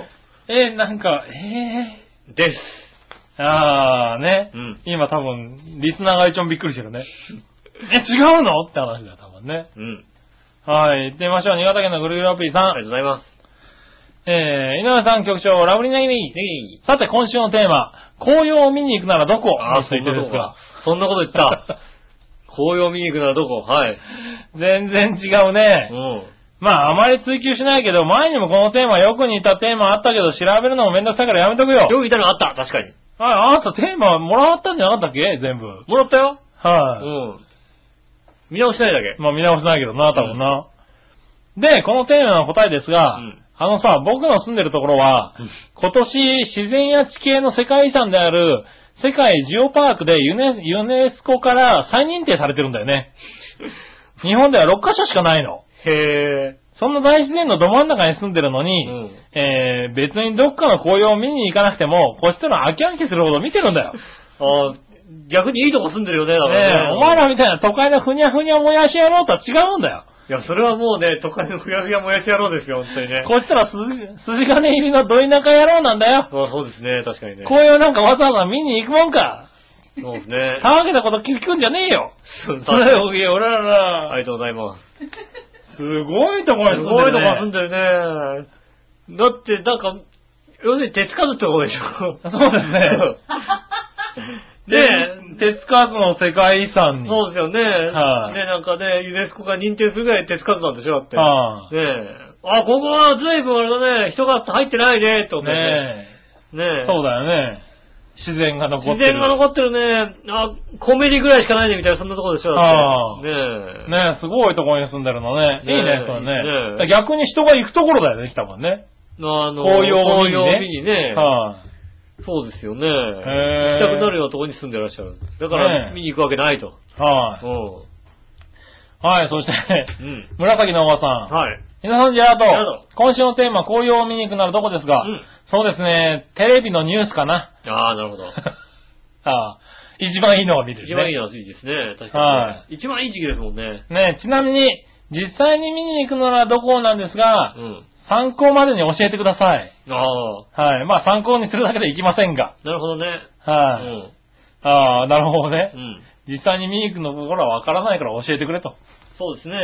です。 ね。今多分、リスナーが一番びっくりしてるね。違うのって話だよ、多分ね。はい、行ってみましょう。新潟県のぐるぐるアピーさん。 ありがとうございます。 井上さん局長、ラブリーナギリ。さて、今週のテーマ、紅葉を見に行くならどこについてですが。 そんなこと言った。紅葉を見に行くならどこ？はい。 全然違うね。まあ、あまり追求しないけど、前にもこのテーマ、よく似たテーマあったけど、調べるのもめんどくさいからやめとくよ。 よく似たのあった、確かに。 あなたテーマもらったんじゃなかったっけ全部。 もらったよ。見直してないだけ。 まあ見直してないけどな、多分な。で、このテーマの答えですが、僕の住んでるところは、今年自然や地形の世界遺産である世界ジオパークでユネスコから再認定されてるんだよね。日本では6カ所しかないの。そんな大自然のど真ん中に住んでるのに、別にどっかの紅葉を見に行かなくても、こっちとの飽き飽きするほど見てるんだよ。 逆にいいとこ住んでるよね、だからね。 お前らみたいな都会のふにゃふにゃもやし野郎とは違うんだよ。 いや、それはもうね、都会のふやふやもやし野郎ですよ、本当にね。 こっちたら筋金入りのど田舎野郎なんだよ。 そうですね、確かにね。 こういうなんかわざわざ見に行くもんか。 そうですね。 たわけたこと聞くんじゃねえよ。それを言え、俺ら。 ありがとうございます。 すごいとこに住んでるね。 すごいとこ住んでるね。だって、なんか、要するに手つかずってことでしょ。 そうですね。で、手つかずの世界遺産に。 そうですよね。 はい、 ね、なんかね、ユネスコが認定するぐらい手つかずなんでしょ、だって。 はねえ。あ、ここは随分あれだね、人が入ってないね、ってことね。 ねえ。 ねえ。 そうだよね。自然が残ってる。 自然が残ってるね。あ、コメディぐらいしかないね、みたいな、そんなところでしょ。 ああ。 ねえ。 ねえ、すごいところに住んでるのね。いいね、それね。 ね逆に人が行くところだよね、来たもんね。紅葉見にね。 はい、そうですよね。行きたくなるようなところに住んでらっしゃる。だから、見に行くわけないと。 はい、はい、そして、紫のおばさん。 はい。 皆さん、ジェラート。今週のテーマ、紅葉を見に行くならどこですが、そうですね、テレビのニュースかな。 ああ、なるほど。 一番いいのが見るね。 一番いいのはいいですね。確かに。一番いい時期ですもんね。 ね、ちなみに、実際に見に行くならどこなんですが、参考までに教えてください。はい。まあ参考にするだけで行きませんが。 なるほどね。 はい。なるほどね。実際に見に行くのところはわからないから教えてくれと。 そうですね。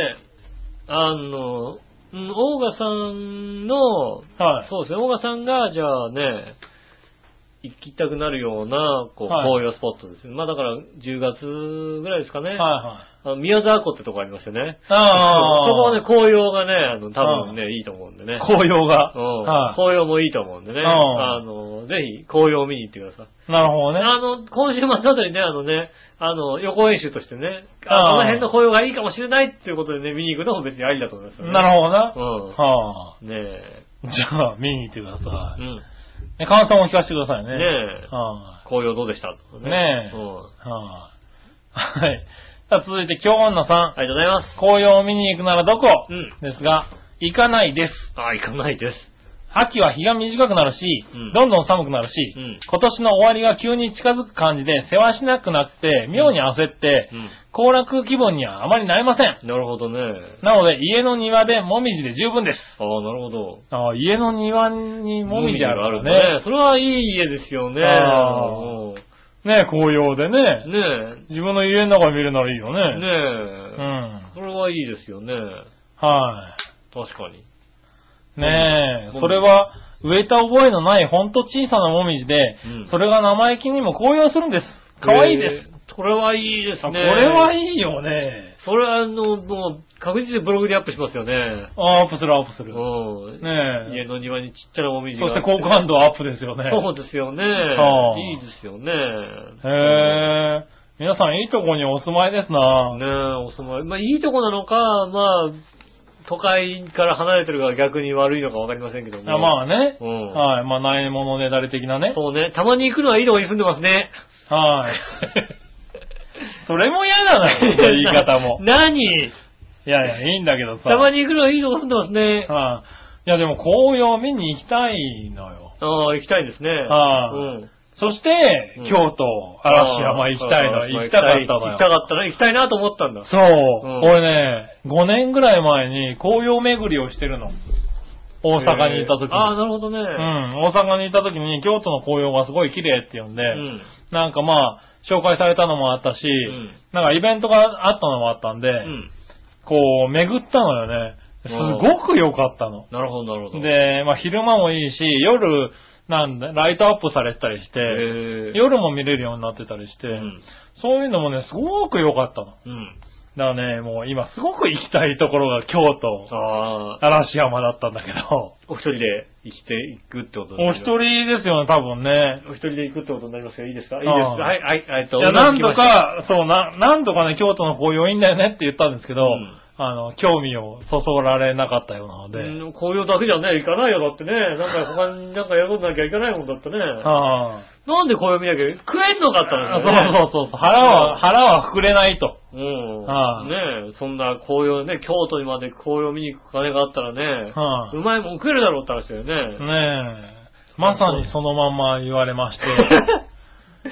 オーガさんの、そうですね、オーガさんが、じゃあね、行きたくなるような、紅葉スポットですね。まあだから、10月ぐらいですかね。宮沢湖ってとこありますよね。そこはね、紅葉がね、多分ね、いいと思うんでね。 紅葉が。 紅葉もいいと思うんでね。ぜひ、紅葉を見に行ってください。 なるほどね。 今週末あたりね、予行演習としてね、この辺の紅葉がいいかもしれないっていうことでね、見に行くのも別にありだと思いますよね。 なるほどな。 ねえ。 じゃあ、見に行ってください。感想も聞かせてくださいね。 ねえ。紅葉どうでしたねえ。はい。さあ、続いて、京女さん。 ありがとうございます。 紅葉を見に行くならどこですが、行かないです。 行かないです。 秋は日が短くなるし、どんどん寒くなるし、今年の終わりが急に近づく感じで、世話しなくなって、妙に焦って、行楽気分にはあまりなりません。 なるほどね。 なので、家の庭でもみじで十分です。 なるほど。 家の庭にもみじあるからね。 それはいい家ですよね。 ねえ、紅葉でね。 ねえ。 自分の家の中見るならいいよね。 ねえ。それはいいですよね。 はい。 確かに。 ねえ、それは、植えた覚えのないほんと小さなもみじで、それが生意気にも紅葉するんです。かわいいです。 これはいいですね。 これはいいよね。 それはもう、確実にブログにアップしますよね。 アップする。 ねえ。家の庭にちっちゃなもみじが。 そして好感度アップですよね。 そうですよね。いいですよね。 皆さんいいとこにお住まいですな。 ねえ、お住まい。まあいいとこなのか、まあ、都会から離れてるから逆に悪いのかわかりませんけども。 まあね。はい。まあ、ないものねだり的なね。 そうね。たまに行くのはいいとこに住んでますね。 はい。それも嫌だな、言い方も。 何？ いや、いいんだけどさ。 たまに行くのはいいとこ住んでますね。 いや、でも紅葉見に行きたいのよ。 行きたいですね。 そして、京都、嵐山行きたいの。行きたかったのよ。 行きたかったな。行きたいなと思ったんだ。 そう。俺ね、5年ぐらい前に紅葉巡りをしてるの。大阪にいた時に。 なるほどね。 大阪にいた時に京都の紅葉がすごい綺麗って言うんで、なんかまあ、紹介されたのもあったし、なんかイベントがあったのもあったんで、こう、巡ったのよね。すごく良かったの。 なるほど、なるほど。 で、まあ昼間もいいし、夜、ライトアップされてたりして、夜も見れるようになってたりして、そういうのもね、すごく良かったの。だからね、もう今すごく行きたいところが京都、嵐山だったんだけど。 お一人で行くってことお一人ですよね、多分ね。 お一人で行くってことになりますけど、いいですか？いいです。はい。 いや、なんとかね、京都の紅葉いいんだよねって言ったんですけど、興味をそそられなかったようなので。 紅葉だけじゃね、行かないよ、だってね。なんか他になんかやることなきゃいけないもんだってね。なんで紅葉見なきゃ食えんのかったんですよね。 そう。腹は膨れないと。 ねえ、そんな紅葉ね、京都にまで紅葉見に行く金があったらね、うまいもん食えるだろうって話だよね。 ねえ。まさにそのまんま言われまして。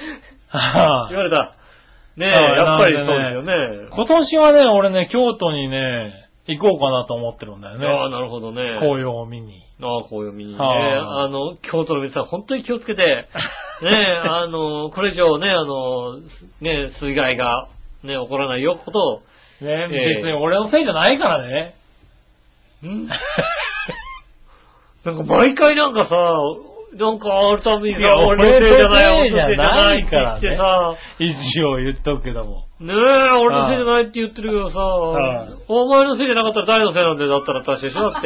言われた。ねえ、やっぱりそうですよね。 今年はね、俺ね、京都にね、行こうかなと思ってるんだよね。 ああ、なるほどね。 紅葉を見に。 ああ、紅葉見にね。京都の皆さん、本当に気をつけて、ねえ、これ以上ね、ね、水害が、ね、起こらないよことを。 ね、別に俺のせいじゃないからね。 なんか毎回なんかさ、なんかあるたびにさ、 俺のせいじゃない、 俺のせいじゃないからってさ、 一応言っとくけども。 ねえ、俺のせいじゃないって言ってるけどさ、お前のせいじゃなかったら誰のせいなんだよ、だったら私でしょ、だって。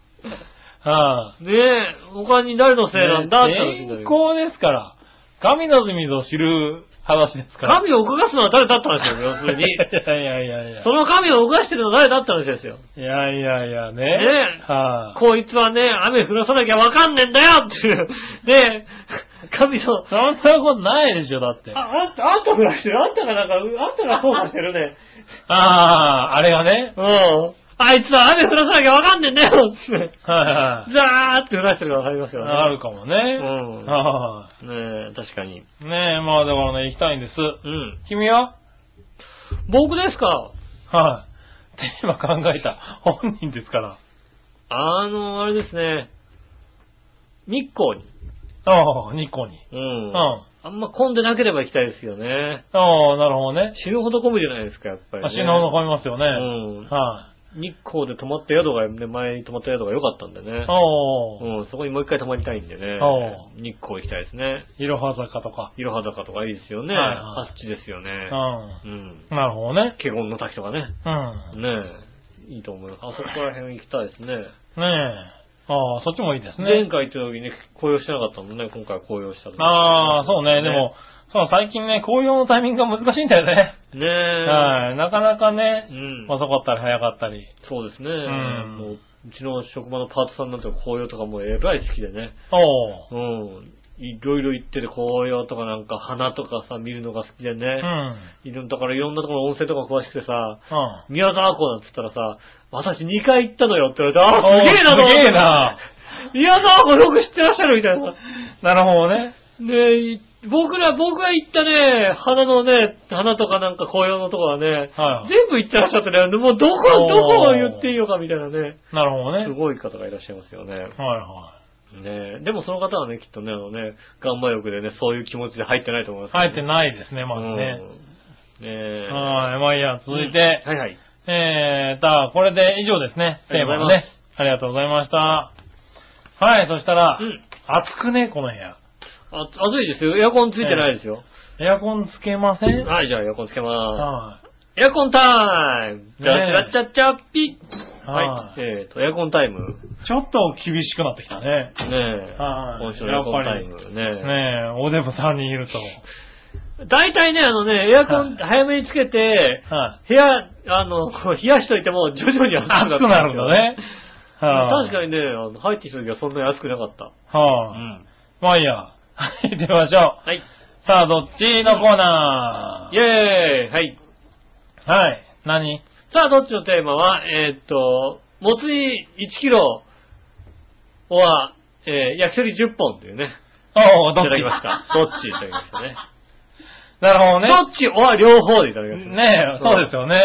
ねえ、他に誰のせいなんだって話になる。 天候ですから、神のみぞ知る話ですから。 神を動かすのは誰だったんですよ、要するに。いや。その神を動かしてるのは誰だったんですよ。 いやね。 ねえ、こいつはね、雨降らさなきゃわかんねえんだよっていう。ねえ、神の。 そんなことないでしょ、だって。 あんた降らしてる。あんたが操作してるね。 あれがね。 あいつは雨降らさなきゃわかんねえんだよって。ザーって降らしてるからわかりますよね。 あるかもね。 ねえ、確かに。 ねえ、まあだからね、行きたいんです。君は？ 僕ですか？ テーマ考えた本人ですから。 あれですね。日光に。 日光に。 あんま混んでなければ行きたいですよね。 なるほどね。 死ぬほど混むじゃないですか、やっぱり、ね。 死ぬほど混みますよね。 日光で泊まった宿が、ね、前に泊まった宿が良かったんでね。そこにもう一回泊まりたいんでね。日光行きたいですね。 いろは坂とか。 いろは坂とかいいですよね。あっちですよね。 なるほどね。 華厳の滝とかね。ねえ。いいと思います。あそこら辺行きたいですね。 ねえ。そっちもいいですね。 前回行った時に紅葉してなかったもんね。今回紅葉した時。 そうね。でも、最近ね、紅葉のタイミングが難しいんだよね。 ねえ。 なかなかね、遅かったり早かったり。 そうですね。うちの職場のパートさんなんて紅葉とかもえらい好きでね。いろいろ行ってて紅葉とかなんか花とかさ、見るのが好きでね。だからいろんなところの温泉とか詳しくてさ、宮沢湖なんて言ったらさ、私2回行ったのよって言われて、すげえなと思って。すげえな。宮沢湖よく知ってらっしゃるみたいな。 なるほどね。 で、僕が行ったね、花とかなんか紅葉のとこはね、全部行ってらっしゃってね、もうどこを言っていいのかみたいなね。 なるほどね。 すごい方がいらっしゃいますよね。ね、でもその方はね、きっとね、岩盤浴でね、そういう気持ちで入ってないと思います、 入ってないですね、まずね。まあいいや、続いて。これで以上ですね、テーマはね。ありがとうございました。そしたら、暑くね、この部屋。 暑いですよ。エアコンついてないですよ。 エアコンつけません？ じゃあエアコンつけまーす。エアコンタイムチャチャラチャチャピッエアコンタイム。 ちょっと厳しくなってきたね。 今週のエアコンタイムね。 おデブさんにいると。 大体ね、エアコン早めにつけて、部屋、冷やしといても徐々に暑くなるんだね。 確かにね、入ってきた時はそんなに暑くなかった。 まあいいや。はい、出ましょう。さあ、どっちのコーナー？ イェーイ！ 何？ さあ、どっちのテーマは、もつ煮1キロは、焼き鳥10本というね。 どっち？ いただきました。どっちいただきましたね。 なるほどね。 どっちは両方でいただきましたね。そうですよね。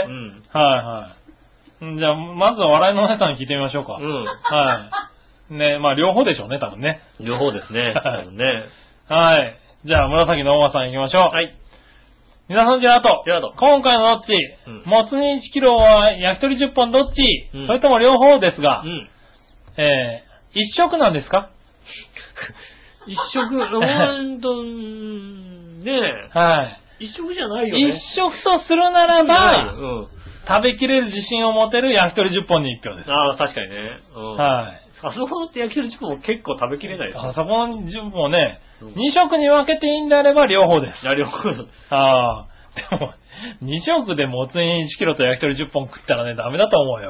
じゃあ、まずは笑いのお姉さんに聞いてみましょうか。ね、まあ両方でしょうね、多分ね。 両方ですね。多分ね。 じゃあ、紫のおばさん行きましょう。皆さんジェラート。今回のどっち？もつ煮1キロは焼き鳥10本どっち？それとも両方ですが、一食なんですか？ 一食、ね一食じゃないよね。 一食とするならば、食べきれる自信を持てる焼き鳥10本に1票です。 確かにね。あそこって焼き鳥10本も結構食べきれないです。 あそこの10本ね、2食に分けていいんであれば両方です。 両方。でも、 2食でもつ煮1キロと焼き鳥10本食ったらね、ダメだと思うよ。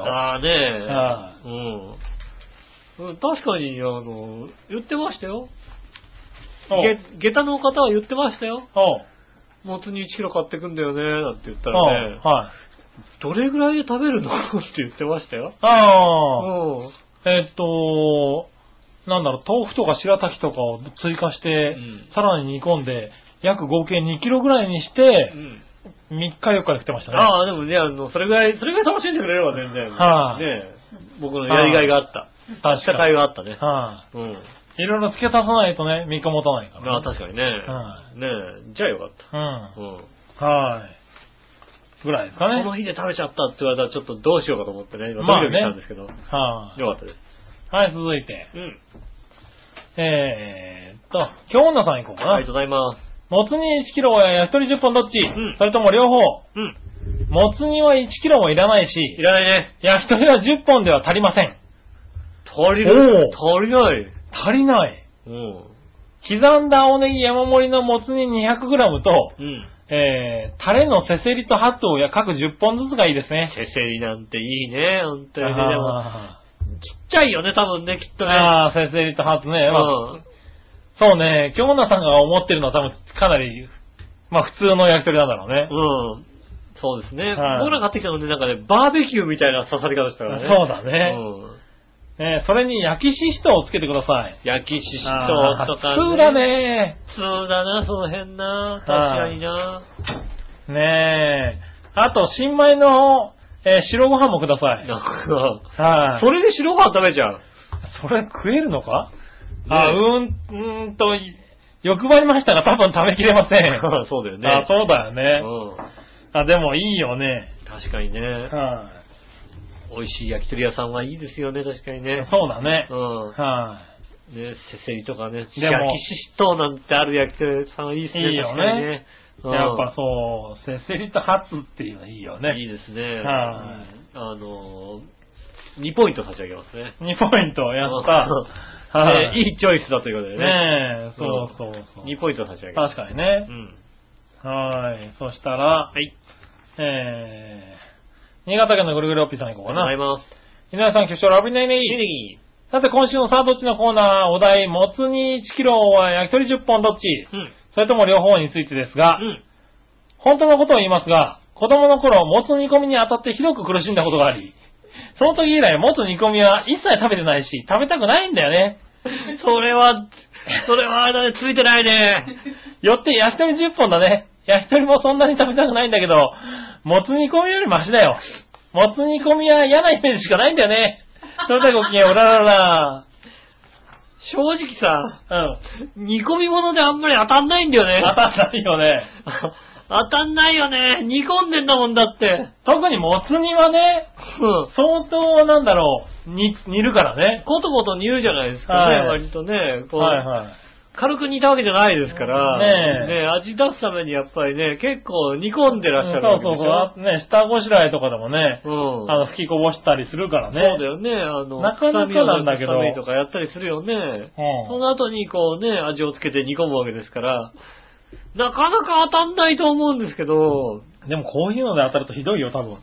確かに、言ってましたよ。下駄の方は言ってましたよ。もつ煮1キロ買ってくんだよね、なんて言ったらね。どれぐらいで食べるのって言ってましたよ。なんだろう、豆腐とか白滝とかを追加して、さらに煮込んで、 約合計2キロぐらいにして、3日4日で食ってましたね。 ああ、でもね、それぐらい楽しんでくれれば全然。 はい、 ね僕のやりがいがあった。確かに。があったね。 はい、いろいろ付け足さないとね、3日持たないから、ね。 ああ、確かにね。ねじゃあよかった。 はい。ぐらいですかね。 この日で食べちゃったって言われたらちょっとどうしようかと思ってね、今ドキドキしたんですけど。よかったです。 はい、続いて。京女さん行こうかな。 ありがとうございます。 もつ煮1キロや焼き鳥10本どっち？それとも両方？もつ煮は1キロもいらないし、 いらないね。 焼き鳥は10本では足りません。 足りない。 足りない。刻んだ青ネギ山盛りのもつ煮 200g と、タレのせせりとハツを各10本ずつがいいですね。 せせりなんていいね、本当にね。でもちっちゃいよね、多分ね、きっとね。 せせりとハツね。そうね、京女さんが思ってるのは多分かなり、普通の焼き鳥なんだろうね。 そうですね。僕ら買ってきたのでなんかね、バーベキューみたいな刺さり方したからね。 そうだね。それに焼きししとうをつけてください。 焼きししとうとかね。 普通だね。 普通だな、その辺な。確かにな。 ねえ。あと、新米の、白ご飯もください。 それで白ご飯食べちゃう。 それ食えるのか？欲張りましたが多分食べきれません。 そうだよね。 そうだよね。でもいいよね。 確かにね。美味しい焼き鳥屋さんはいいですよね、確かにね。 そうだね。 ね、せせりとかね、焼きししとうなんてある焼き鳥屋さんはいいですね、 いいよね。やっぱそう、せせりとハツっていうのはいいよね。 いいですね。2ポイント差し上げますね。 2ポイントやった。 いいチョイスだということでね。 ねえ、そう。 2ポイント差し上げます。 確かにね。はい。そしたら、新潟県のぐるぐるおっぴーさん行こうかな。 ありがとうございます。 井上さん、局長、ラビネネギ。さて、今週のさあどっちのコーナー、お題、もつ煮1キロは焼き鳥10本どっち？それとも両方についてですが、本当のことを言いますが、子供の頃、もつ煮込みに当たってひどく苦しんだことがあり、その時以来、もつ煮込みは一切食べてないし、食べたくないんだよね。 それはあれだね、ついてないね。 よって焼き鳥10本だね。焼き鳥もそんなに食べたくないんだけど、もつ煮込みよりマシだよ。もつ煮込みは嫌なイメージしかないんだよね。それではごきげんよう、うららら。 正直さ、煮込み物であんまり当たんないんだよね。 当たんないよね。 当たんないよね。煮込んでんだもんだって。 特にもつ煮はね、相当なんだろう、煮るからね。 コトコト煮るじゃないですかね、割とね。軽く煮たわけじゃないですから、ね、味出すためにやっぱりね、結構煮込んでらっしゃるわけでしょ。 そうね、下ごしらえとかでもね、吹きこぼしたりするからね。 そうだよね、 なかなかなんだけど。 臭みとかやったりするよね。その後にこうね、味をつけて煮込むわけですから、なかなか当たんないと思うんですけど。 でもこういうので当たるとひどいよ、多分。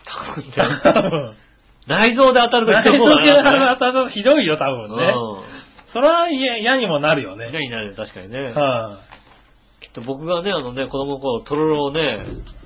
内臓で当たるとひどい。 内臓で当たるとひどいよ、多分ね。それは嫌にもなるよね。 嫌になる、確かにね。きっと僕がね、子供の頃、とろろをね、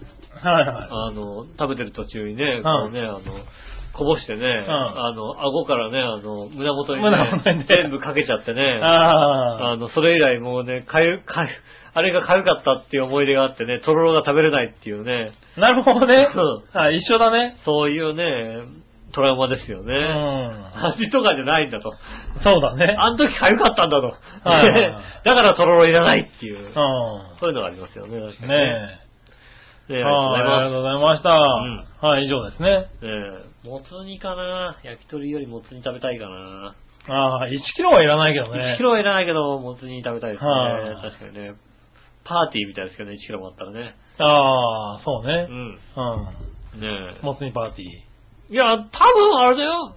食べてる途中にね、こうね、こぼしてね、顎からね、胸元にね、全部かけちゃってね、それ以来もうね、あれが痒かったっていう思い出があってね、とろろが食べれないっていうね。 なるほどね。一緒だね。 そういうね、トラウマですよね。味とかじゃないんだと。 そうだね。 あの時痒かったんだと。だからとろろいらないっていう。そういうのがありますよね。確かにね。ありがとうございます。 ありがとうございました。はい、以上ですね。 もつ煮かな。焼き鳥よりもつ煮食べたいかな。 1キロはいらないけどね。 1キロはいらないけど、もつ煮食べたいですね。確かにね。パーティーみたいですけどね、1キロもあったらね。 そうね。 ねもつ煮パーティー。 いや、多分あれだよ。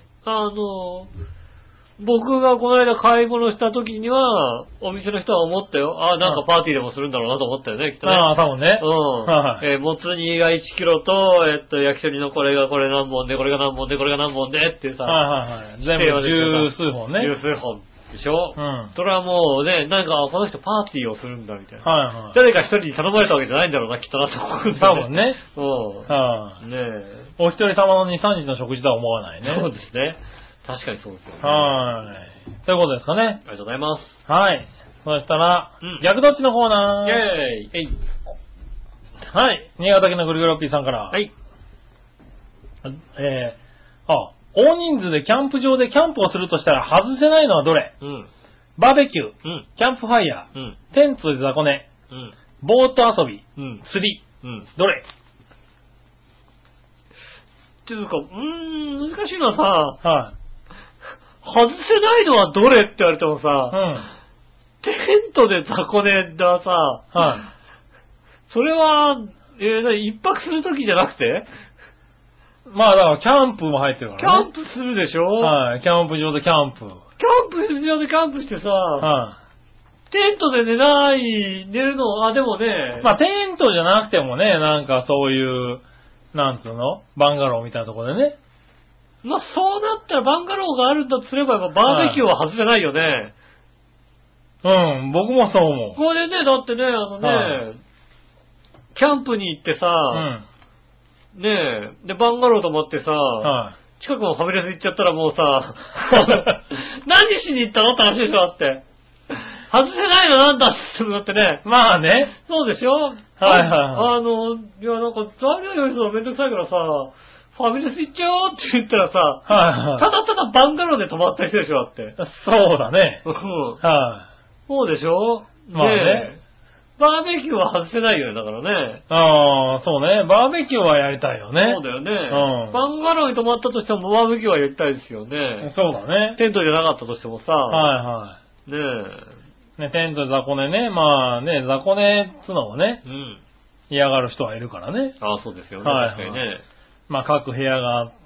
僕がこの間買い物した時には、お店の人は思ったよ。なんかパーティーでもするんだろうなと思ったよね、きっとね。 多分ね。 もつ煮が1キロと、焼き鳥のこれ何本で、これが何本で、これが何本でっていうさ。 全部十数本ね。 十数本でしょ。それはもうね、なんかこの人パーティーをするんだみたいな。誰か一人に頼まれたわけじゃないんだろうな、きっとなと思うんですよ。 多分ね。お一人様の2、3日の食事とは思わないね。 そうですね。確かにそうですよね。 ということですかね。 ありがとうございます。 はい。 そしたら、逆どっちのコーナー。 イェーイ。 はい。新潟県のぐるぐるおっぴーさんから。 はい。 大人数でキャンプ場でキャンプをするとしたら外せないのはどれ？バーベキュー、キャンプファイヤー、テントで雑魚寝、ボート遊び、釣り、どれ？ っていうか、難しいのはさ、外せないのはどれって言われてもさ、テントで雑魚寝はさ、それは、一泊するときじゃなくて？ まあだからキャンプも入ってるからね。キャンプするでしょ？ はい。キャンプ場でキャンプ。 キャンプ場でキャンプしてさ、テントで寝るの、でもね。 まあテントじゃなくてもね、なんかそういう、なんつうの？バンガローみたいなところでね。 まあそうなったらバンガローがあるんだとすれば、バーベキューは外せないよね。 僕もそう思う。 これね、だってね、キャンプに行ってさ、ねえ、で、バンガロー泊まってさ、近くのファミレス行っちゃったらもうさ、何しに行ったのって話でしょ、だって。外せないのなんだってだってね。 まあね。 そうでしょ？いや、なんか、材料用意するのめんどくさいからさ、ファミレス行っちゃおうって言ったらさ、ただただバンガローで泊まった人でしょ、だって。 そうだね。 そうでしょ？ まあね。 バーベキューは外せないよね、だからね。 そうね。バーベキューはやりたいよね。 そうだよね。バンガローに泊まったとしてもバーベキューはやりたいですよね。 そうだね。 テントじゃなかったとしてもさ。 ね、テントで雑魚寝ね。まあね、雑魚寝っつうのもね。嫌がる人はいるからね。 そうですよね。確かにね。 まあ各部屋があって、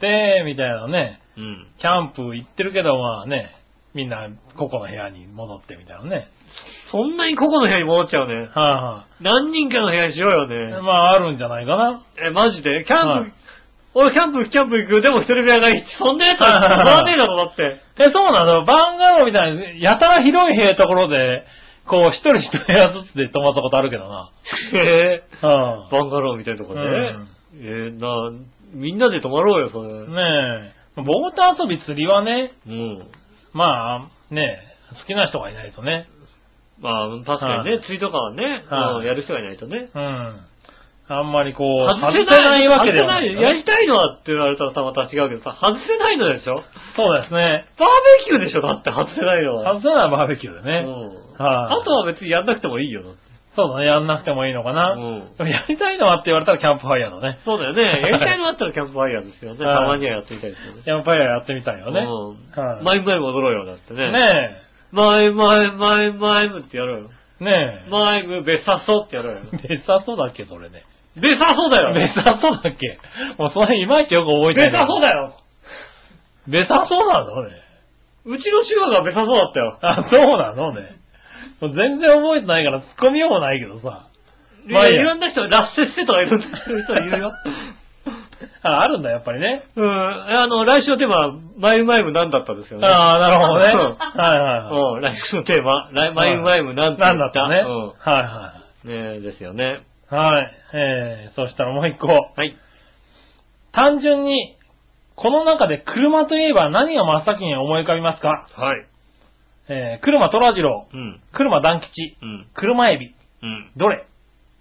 みたいなね。キャンプ行ってるけど、まあね、みんな個々の部屋に戻ってみたいなね。 そんなに個々の部屋に戻っちゃうね。何人かの部屋にしようよね。 まああるんじゃないかな。 マジでキャンプ、俺キャンプ行く。でも一人部屋がいい。そんなやつは泊まらねえだろ、だって。 そうなの？バンガローみたいな、やたら広い部屋ところで、こう一人一部屋ずつで泊まったことあるけどな。 バンガローみたいなところでね。みんなで泊まろうよ、それ。 ねえ。ボート遊び釣りはね。まあ、ねえ、好きな人がいないとね。 まあ、確かにね、釣りとかはね、やる人がいないとね。 あんまりこう、外せないわけではない。 やりたいのはって言われたらさ、また違うけどさ、外せないのでしょ？ そうですね。 バーベキューでしょ？だって外せないのは。 外せないのはバーベキューでね。 あとは別にやんなくてもいいよ。 そうだね、やんなくてもいいのかな。やりたいのはって言われたらキャンプファイヤーだね。 そうだよね。やりたいのはあったらキャンプファイヤーですよね。たまにはやってみたいですよね。 キャンプファイヤーやってみたいよね。 マイム戻ろうよ、だってね。 ねえ。 マイムってやろうよ。 ねえ。 マイム、ベサソってやろうよ。 ベサソだっけ、それね。 ベサソだよ。 ベサソだっけ。もうそれいまいちよく覚えてない。 ベサソだよ。 ベサソなのね。 うちの手話がベサソだったよ。 そうなのね。全然覚えてないから突っ込みようもないけどさ。 まあいろんな人がラッセッセとかいろんな人が言うよ。 あるんだ、やっぱりね。 来週のテーマは、マイム何だったですよね。 なるほどね。 来週のテーマ、マイム何だったね。 ねですよね。 そしたらもう一個。 はい。 単純に、この中で車といえば何が真っ先に思い浮かびますか？ はい。 車虎次郎。車団吉。車エビ。どれ？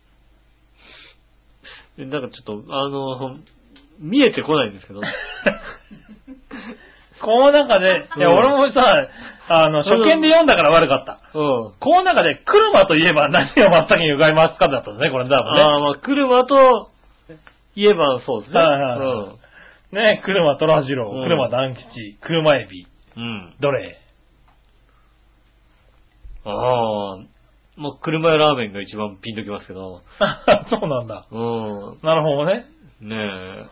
なんかちょっと、見えてこないんですけど。 この中で、いや、俺もさ、初見で読んだから悪かった。この中で、車といえば何が真っ先に浮かびますかだったんですね、これ多分ね。 まあ、車といえばそうですね。 ね、車虎次郎、車団吉、車エビ。どれ？もう車やラーメンが一番ピンときますけど。 そうなんだ。なるほどね。 ねえ。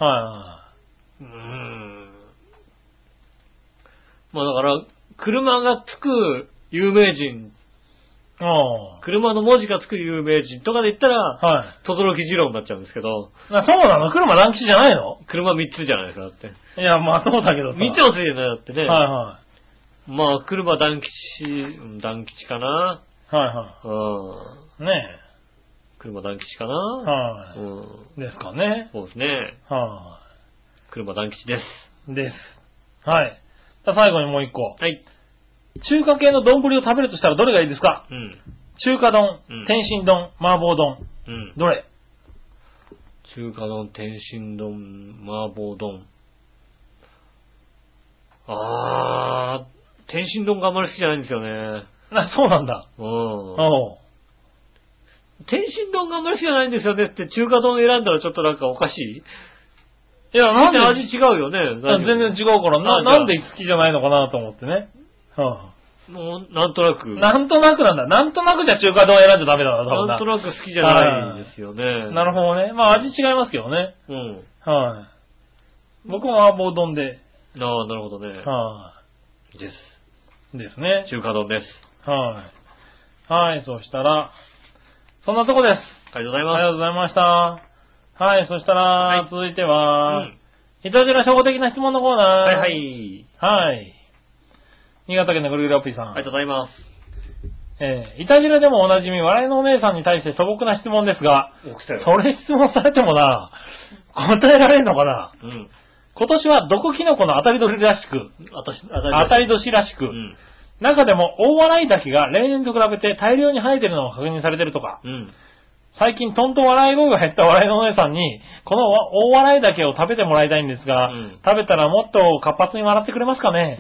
まあだから、車がつく有名人、車の文字がつく有名人とかで言ったら、轟二郎になっちゃうんですけど。 そうなの？車団吉じゃないの？ 車3つじゃないですか、だって。 いや、まあそうだけどさ。 3つもついてるんだよ、だってね。まあ、車団吉かな。ねえ。車団吉かな。 ですかね。 そうですね。車団吉です。 です。はい。最後にもう一個。 はい。 中華系の丼を食べるとしたらどれがいいですか？ うん。 中華丼、 うん、 天津丼、麻婆丼。 うん。 どれ？ 中華丼、天津丼、麻婆丼。天津丼があんまり好きじゃないんですよね。 そうなんだ。 天津丼があんまり好きじゃないんですよねって中華丼選んだらちょっとなんかおかしい？ いや、なんで味違うよね。 全然違うからなんで好きじゃないのかなと思ってね。 もう、なんとなく。 なんとなくなんだ。なんとなくじゃ中華丼選んじゃダメだな、多分なんとなく好きじゃないんですよね。 なるほどね。まあ味違いますけどね。 うん。 はい。僕も麻婆丼で。 なるほどね。 はい。 です。 ですね。 中華丼です。 はい。はい、そしたら、そんなとこです。 ありがとうございます。 ありがとうございました。はい、そしたら、続いては、いたじら初歩的な質問のコーナー。 はいはい。 はい。新潟県のぐるぐるおっぴーさん。 ありがとうございます。 いたじらでもおなじみ、笑いのお姉さんに対して素朴な質問ですが、それ質問されてもな、答えられんのかな？うん。今年は毒キノコの当たり年らしく、当たり年らしく、うん、中でも大笑い竹が例年と比べて大量に生えてるのが確認されてるとか、うん、最近とんと笑い声が減った笑いのお姉さんに、この大笑い竹を食べてもらいたいんですが、うん、食べたらもっと活発に笑ってくれますかね？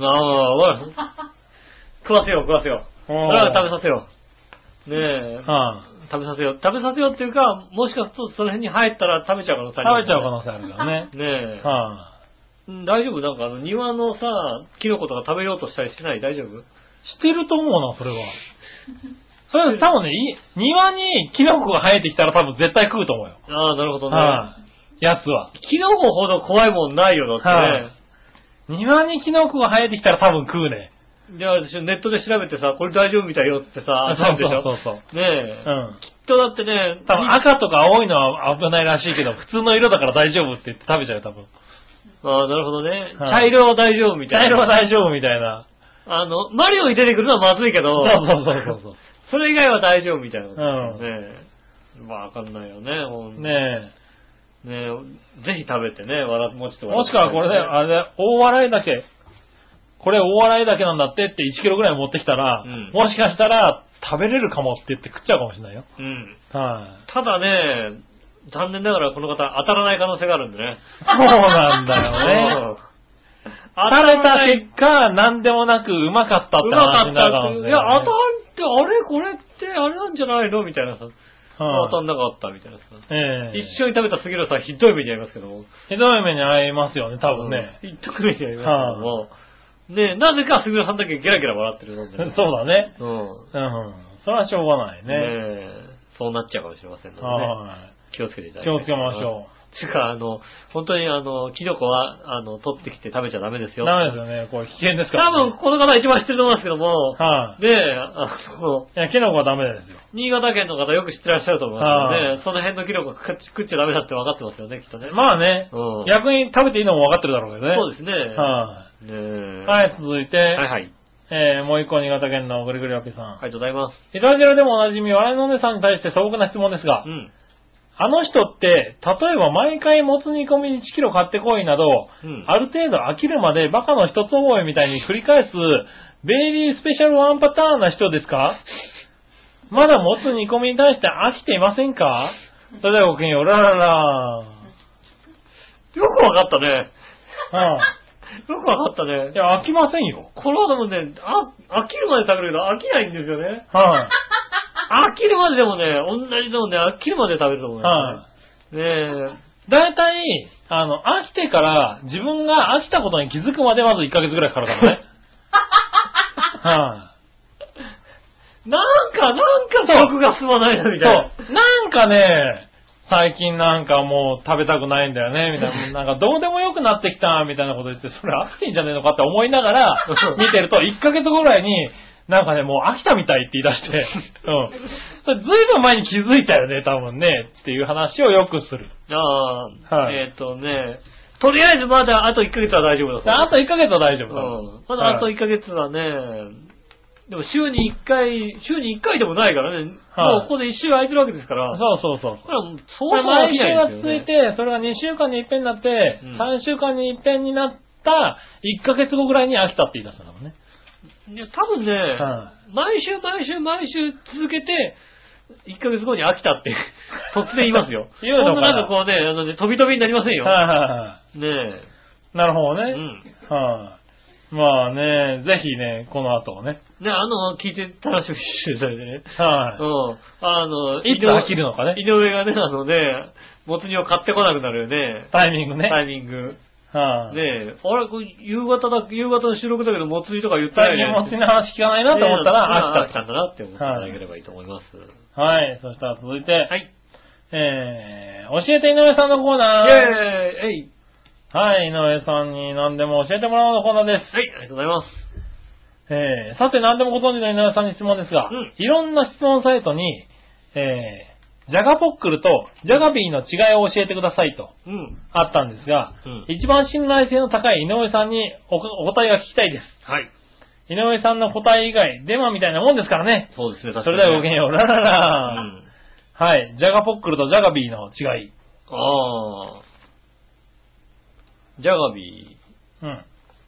食わせよう。食べさせよう。ねえ。食べさせようっていうか、もしかするとその辺に入ったら食べちゃう可能性ある、 食べちゃう可能性あるからね。 ねえ。大丈夫？なんか庭のさ、キノコとか食べようとしたりしてない？大丈夫？ してると思うな、それは。それ多分ね、庭にキノコが生えてきたら多分絶対食うと思うよ。 なるほどね。 やつは。 キノコほど怖いもんないよ、だってね。 庭にキノコが生えてきたら多分食うね。 じゃあ、ネットで調べてさ、これ大丈夫みたいよってさ、そうでしょ。ねえ。きっとだってね、 多分赤とか青いのは危ないらしいけど、普通の色だから大丈夫って言って食べちゃうよ、多分。 なるほどね。茶色は大丈夫みたいな。 茶色は大丈夫みたいな。 マリオに出てくるのはまずいけど、 そう。 それ以外は大丈夫みたいなことですね。わかんないよね、ねえ。ぜひ食べてね、もしくはこれね、大笑いだけ。これ大笑いだけなんだってって1キロぐらい持ってきたら、もしかしたら食べれるかもって言って食っちゃうかもしれないよ。 ただね、残念ながらこの方当たらない可能性があるんでね。 そうなんだよね。当たれた結果、なんでもなくうまかったって話になるかもしれない、ね。 いや、当たって、これってあれなんじゃないのみたいなさ。当たんなかったみたいなさ。一緒に食べた杉浦さんひどい目に遭いますけども。 ひどい目に遭いますよね、多分ね。 ひどい目に遭いますけども。ねなぜか杉浦さんだけゲラゲラ笑ってるので、ね。 そうだね。それはしょうがないね。 そうなっちゃうかもしれませんのでね。気をつけていただきたい。 気をつけましょう。 つか、本当にキノコは、取ってきて食べちゃダメですよ。 ダメですよね。これ危険ですから、 ね。多分、この方一番知ってると思いますけども。で、 いや、キノコはダメですよ。 新潟県の方よく知ってらっしゃると思いますので、その辺のキノコ食っちゃダメだって分かってますよね、きっとね。 まあね。逆に食べていいのも分かってるだろうけどね。 そうですね。 はい、続いて。 はい。 もう一個新潟県のぐりぐりおっぴさん。 ありがとうございます。 イタジラでもおなじみ、笑いのお姉さんに対して素朴な質問ですが、あの人って、例えば毎回もつ煮込み1キロ買ってこいなど、ある程度飽きるまでバカの一つ覚えみたいに繰り返す、ベイビースペシャルワンパターンな人ですか？まだもつ煮込みに対して飽きていませんか？それではごきげんよう、ラララよくわかったね。よくわかったね。 いや、飽きませんよ。 これはでもね、飽きるまで食べるけど飽きないんですよね。飽きるまででもね、同じでもね、飽きるまで食べると思う。 だいたい、飽きてから、自分が飽きたことに気づくまでまず1ヶ月ぐらいかかるからね。なんか食が進まないな、みたいな。そう。なんかね、最近なんかもう食べたくないんだよね、みたいな。なんかどうでもよくなってきた、みたいなこと言って、それ飽きてんじゃねえのかって思いながら、見てると、1ヶ月後ぐらいに、なんかね、もう飽きたみたいって言い出して、それずいぶん前に気づいたよね、多分ね、っていう話をよくする。 とりあえずまだあと1ヶ月は大丈夫だ。 あと1ヶ月は大丈夫だ。 まだあと1ヶ月はね、でも週に1回でもないからね、もうここで1週空いてるわけですから。 そう。 そう毎週が続いて、それが2週間に一遍になって、3週間に一遍になった1ヶ月後ぐらいに飽きたって言い出したのね。 いや、多分ね、毎週続けて、1ヶ月後に飽きたって、突然言いますよ。 言うのかな。 なんかこうね、飛び飛びになりませんよ。ねえ。 なるほどね。まあね、ぜひね、この後ね。 ね、聞いて楽しみにしてたんでね。 いつ飽きるのかね。 井上がね、もつ煮を買ってこなくなるよね。 タイミングね。 タイミング。ねえ、あれ、夕方の収録だけど、もつ煮とか言ってないね。 最近もつ煮の話聞かないなと思ったら、 飽きたんだなって思っていただければいいと思います。 はい。そしたら続いて、 はい。 教えて井上さんのコーナー。 イェーイ。 はい、井上さんに何でも教えてもらうのコーナーです。 はい、ありがとうございます。 さて何でもご存知の井上さんに質問ですが、いろんな質問サイトに、ジャガポックルとジャガビーの違いを教えてくださいと、あったんですが、一番信頼性の高い井上さんにお答えが聞きたいです。 はい。 井上さんの答え以外、デマみたいなもんですからね。 そうですね、 確かに。それではごきげんよう、ラララはい、ジャガポックルとジャガビーの違い。 ジャガビー。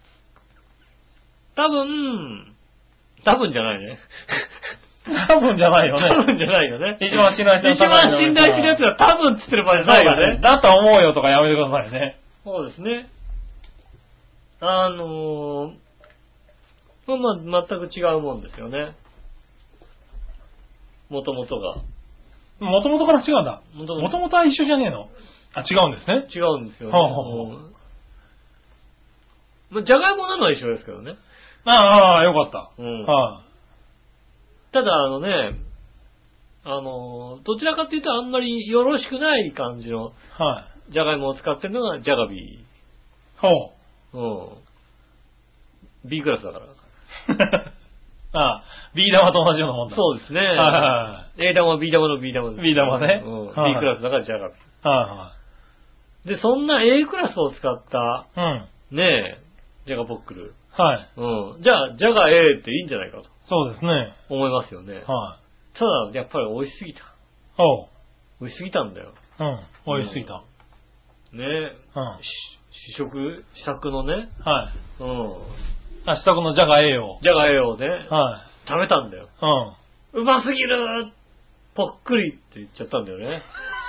多分じゃないね。 多分じゃないよね。 多分じゃないよね。 一番信頼してるやつは多分って言ってる場合じゃないよね。 だと思うよとかやめてくださいね。 そうですね。まあ、全く違うもんですよね。もともとが。 もともとから違うんだ。もともとは一緒じゃねえの？あ、違うんですね。 違うんですよね。じゃがいもなのは一緒ですけどね。 ああ、よかった。 ただどちらかというとあんまりよろしくない感じの、じゃがいもを使ってるのがジャガビー。B クラスだから。 B 玉と同じようなもんだ。 そうですね。A 玉、B 玉の B 玉です。 B 玉ね。 B クラスだからジャガビー。で、そんな A クラスを使った、ねえ、ジャガポックル。じゃあ、ジャガ A っていいんじゃないかと。 そうですね。 思いますよね。ただ、やっぱり美味しすぎた。美味しすぎたんだよ。 美味しすぎた。 ねえ。試作のね。 試作のジャガ A を。 ジャガ A をね。食べたんだよ。うますぎるぽっくりって言っちゃったんだよね。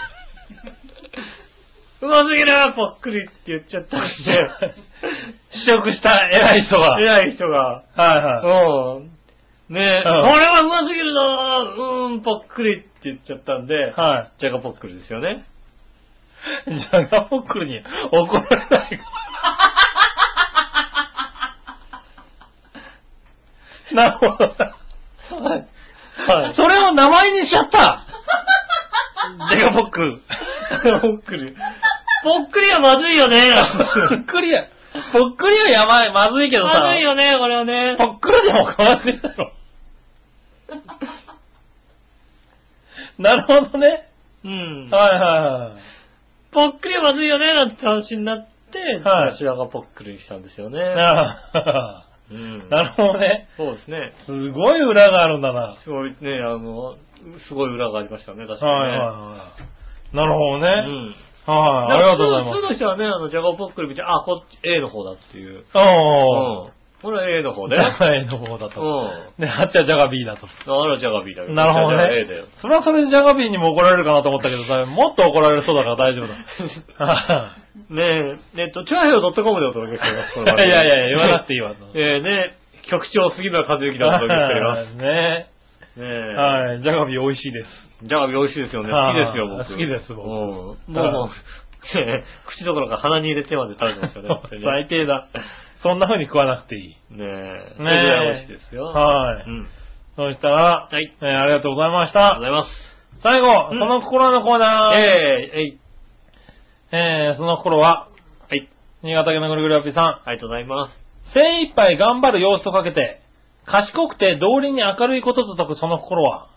うますぎるぽっくりって言っちゃったんで。 試食した偉い人が。 ねえ、これはうますぎるぞぽっくりって言っちゃったんで、ジャガポックルですよね。 ジャガポックルに怒られないか。なるほど。それを名前にしちゃった。ジャガポックル。 ポックル。ぽっくりはまずいよね。 ぽっくりはやばい、まずいけどさ。 まずいよね、これはね。 ぽっくりでもまずいだろ。なるほどね。 ぽっくりはまずいよね、なんて話になって、私がポックルにしたんですよね。 なるほどね。 そうですね。 すごい裏があるんだな。 すごいね、すごい裏がありましたね、確かにね。 なるほどね。ありがとうございます。 普通の人はね、ジャガポックル見て、こっち A の方だっていう。これは A の方で。 ジャガ A の方だと。あっちはジャガ B だと。 あれはジャガ B だよ。 なるほどね。それはそれでジャガ B にも怒られるかなと思ったけどさ、もっと怒られるそうだから大丈夫だ。 ねえ、チャーヘオ .com でお届けしています。 いや言わなくていいわ。 局長杉村和之でお届けしています。 ジャガビー美味しいです。 ジャガビー美味しいですよね。好きですよ、僕。 好きです、僕。 もう、口どころか鼻に入れてまで食べてますよね。 最低だ。そんな風に食わなくていい。 美味しいですよ。 そしたら、ありがとうございました。 ありがとうございます。 最後、その心のコーナー。その心は、新潟県のぐるぐるアピさん。 ありがとうございます。 精一杯頑張る様子とかけて、賢くて道理に明るいことと解くその心は。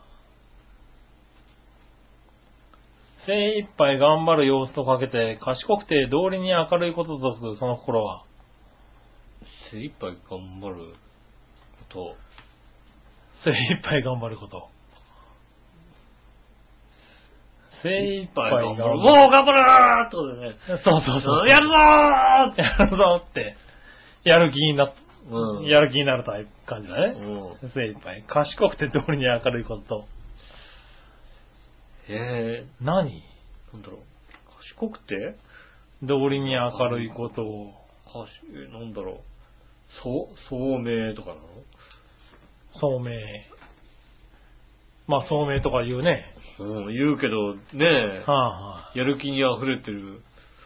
精一杯頑張る様子とかけて、賢くて道理に明るいことと解くその心は。 精一杯頑張ること。 精一杯頑張ること。精一杯頑張る。 もう頑張るーってことでね。 そう。 やるぞーやるぞーって、やる気になっやる気になるタイプ感じだね。精一杯。賢くて道理に明るいことと。何なんだろう。賢くて道理に明るいことを。 なんだろう。聡明とかなの？ 聡明。まあ、聡明とか言うね。 言うけど、ねえ。やる気に溢れてる。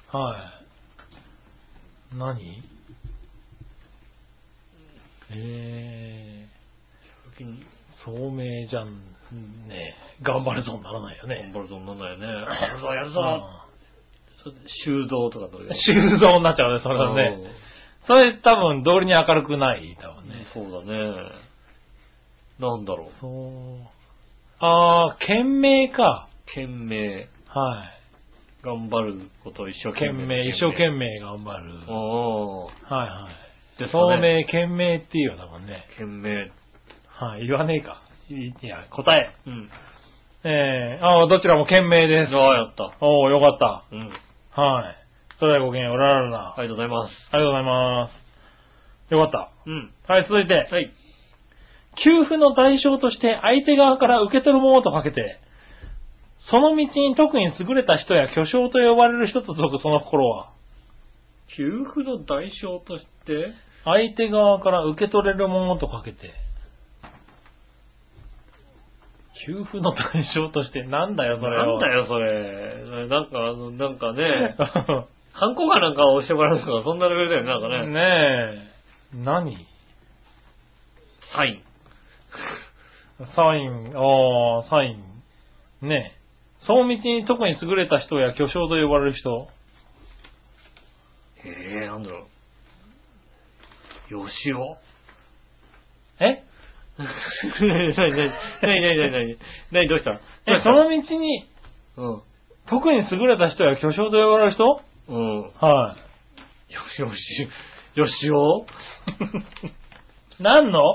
何？聡明じゃんね。頑張るぞにならないよね。 頑張るぞにならないよね。やるぞ。修造とかどういう？ 修造になっちゃうね、それはね。それ多分道理に明るくない、多分ね。 そうだね。なんだろう。懸命か。 懸命。頑張ることを一生懸命。 一生懸命頑張る。 で、 聡明、懸命っていうようだもんね。 懸命。 言わねえか。いや、答え。どちらも懸命です。 やった。 よかった。それではごきげんよう、ららら。 ありがとうございます。 ありがとうございます。よかった。はい、続いて。給付の代償として相手側から受け取るものとかけて、その道に特に優れた人や巨匠と呼ばれる人と解くその心は？ 給付の代償として相手側から受け取れるものとかけて、給付の対象としてなんだよそれ。 なんだよそれ。なんかね、ハンコかなんか押してもらうのかそんなレベルだよね、なんかね。 ねえ。何？ サイン。 サイン。ねえ。その道に特に優れた人や巨匠と呼ばれる人。 なんだろう。よしお。何どうしたその道に、特に優れた人や巨匠と呼ばれる人？ よしお何の？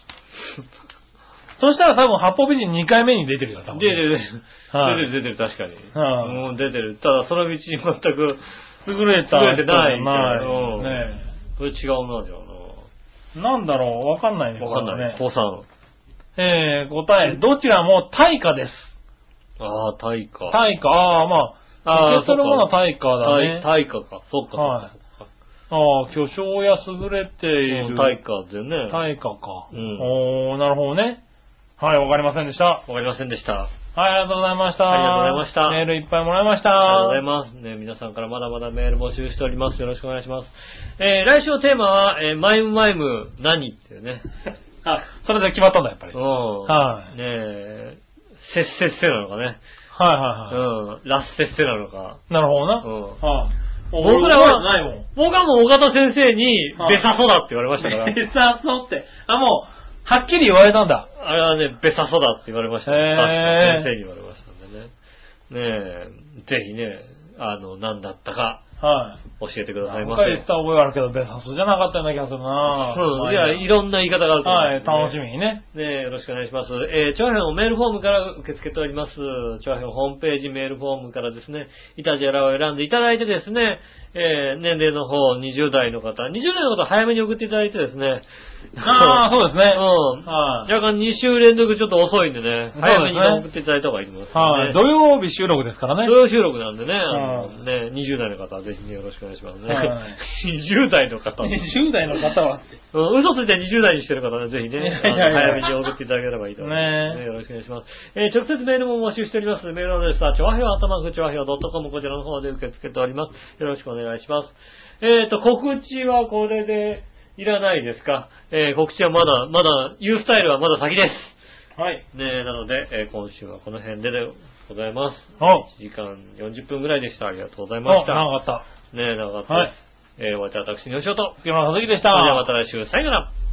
そしたら多分八方美人2回目に出てるよ、多分。 出てる、確かに。出てる。ただ、その道に全く優れてない。 それ違うな、じゃあな。なんだろう、わかんないね。 わかんない。高3。 答え、どちらも対価です。 対価。 受け取るものは対価だね。 対価か。そっか。 巨匠や優れている。 対価だよね。 対価か。なるほどね。はい、わかりませんでした。 はい、ありがとうございました。 メールいっぱいもらいました。 ありがとうございます。ね、皆さんからまだまだメール募集しております。よろしくお願いします。来週のテーマは、マイム何っていうね。 それで決まったんだ、やっぱり。 ねせっせなのかね。ラッセッセなのか。 なるほどな。 僕らは、僕はもう岡田先生に、ベサソだって言われましたから。 ベサソって。もう、はっきり言われたんだ。 あれはね、ベサソだって言われました。確かに先生に言われましたんでね。ぜひね、何だったか、教えてくださいませ。 言った覚えがあるけど、ベサソじゃなかったような気がするな。 いや、いろんな言い方があると思う。 楽しみにね。 よろしくお願いします。長編をメールフォームから受け付けております。長編ホームページメールフォームからですね、イタジェラを選んでいただいてですね、年齢の方20代の方早めに送っていただいてですね。 そうですね。 若干2週連続ちょっと遅いんでね、早めに送っていただいた方がいいと思います。 土曜日収録ですからね。 土曜収録なんでね、20代の方はぜひね、よろしくお願いしますね。20代の方は。 20代の方は。 嘘ついて20代にしてる方はぜひね、早めに送っていただければいいと思います。よろしくお願いします。直接メールも募集しております。メールアドレスは、ちょわへよ.com こちらの方で受け付けております。よろしくお願いします。告知はこれでいらないですか？告知はまだ、ユースタイルはまだ先です。なので、今週はこの辺でございます。1時間40分ぐらいでした。ありがとうございました。 長かった。 長かったです。お相手は私、吉尾と、 杉村和樹でした。 それではまた来週、さよなら。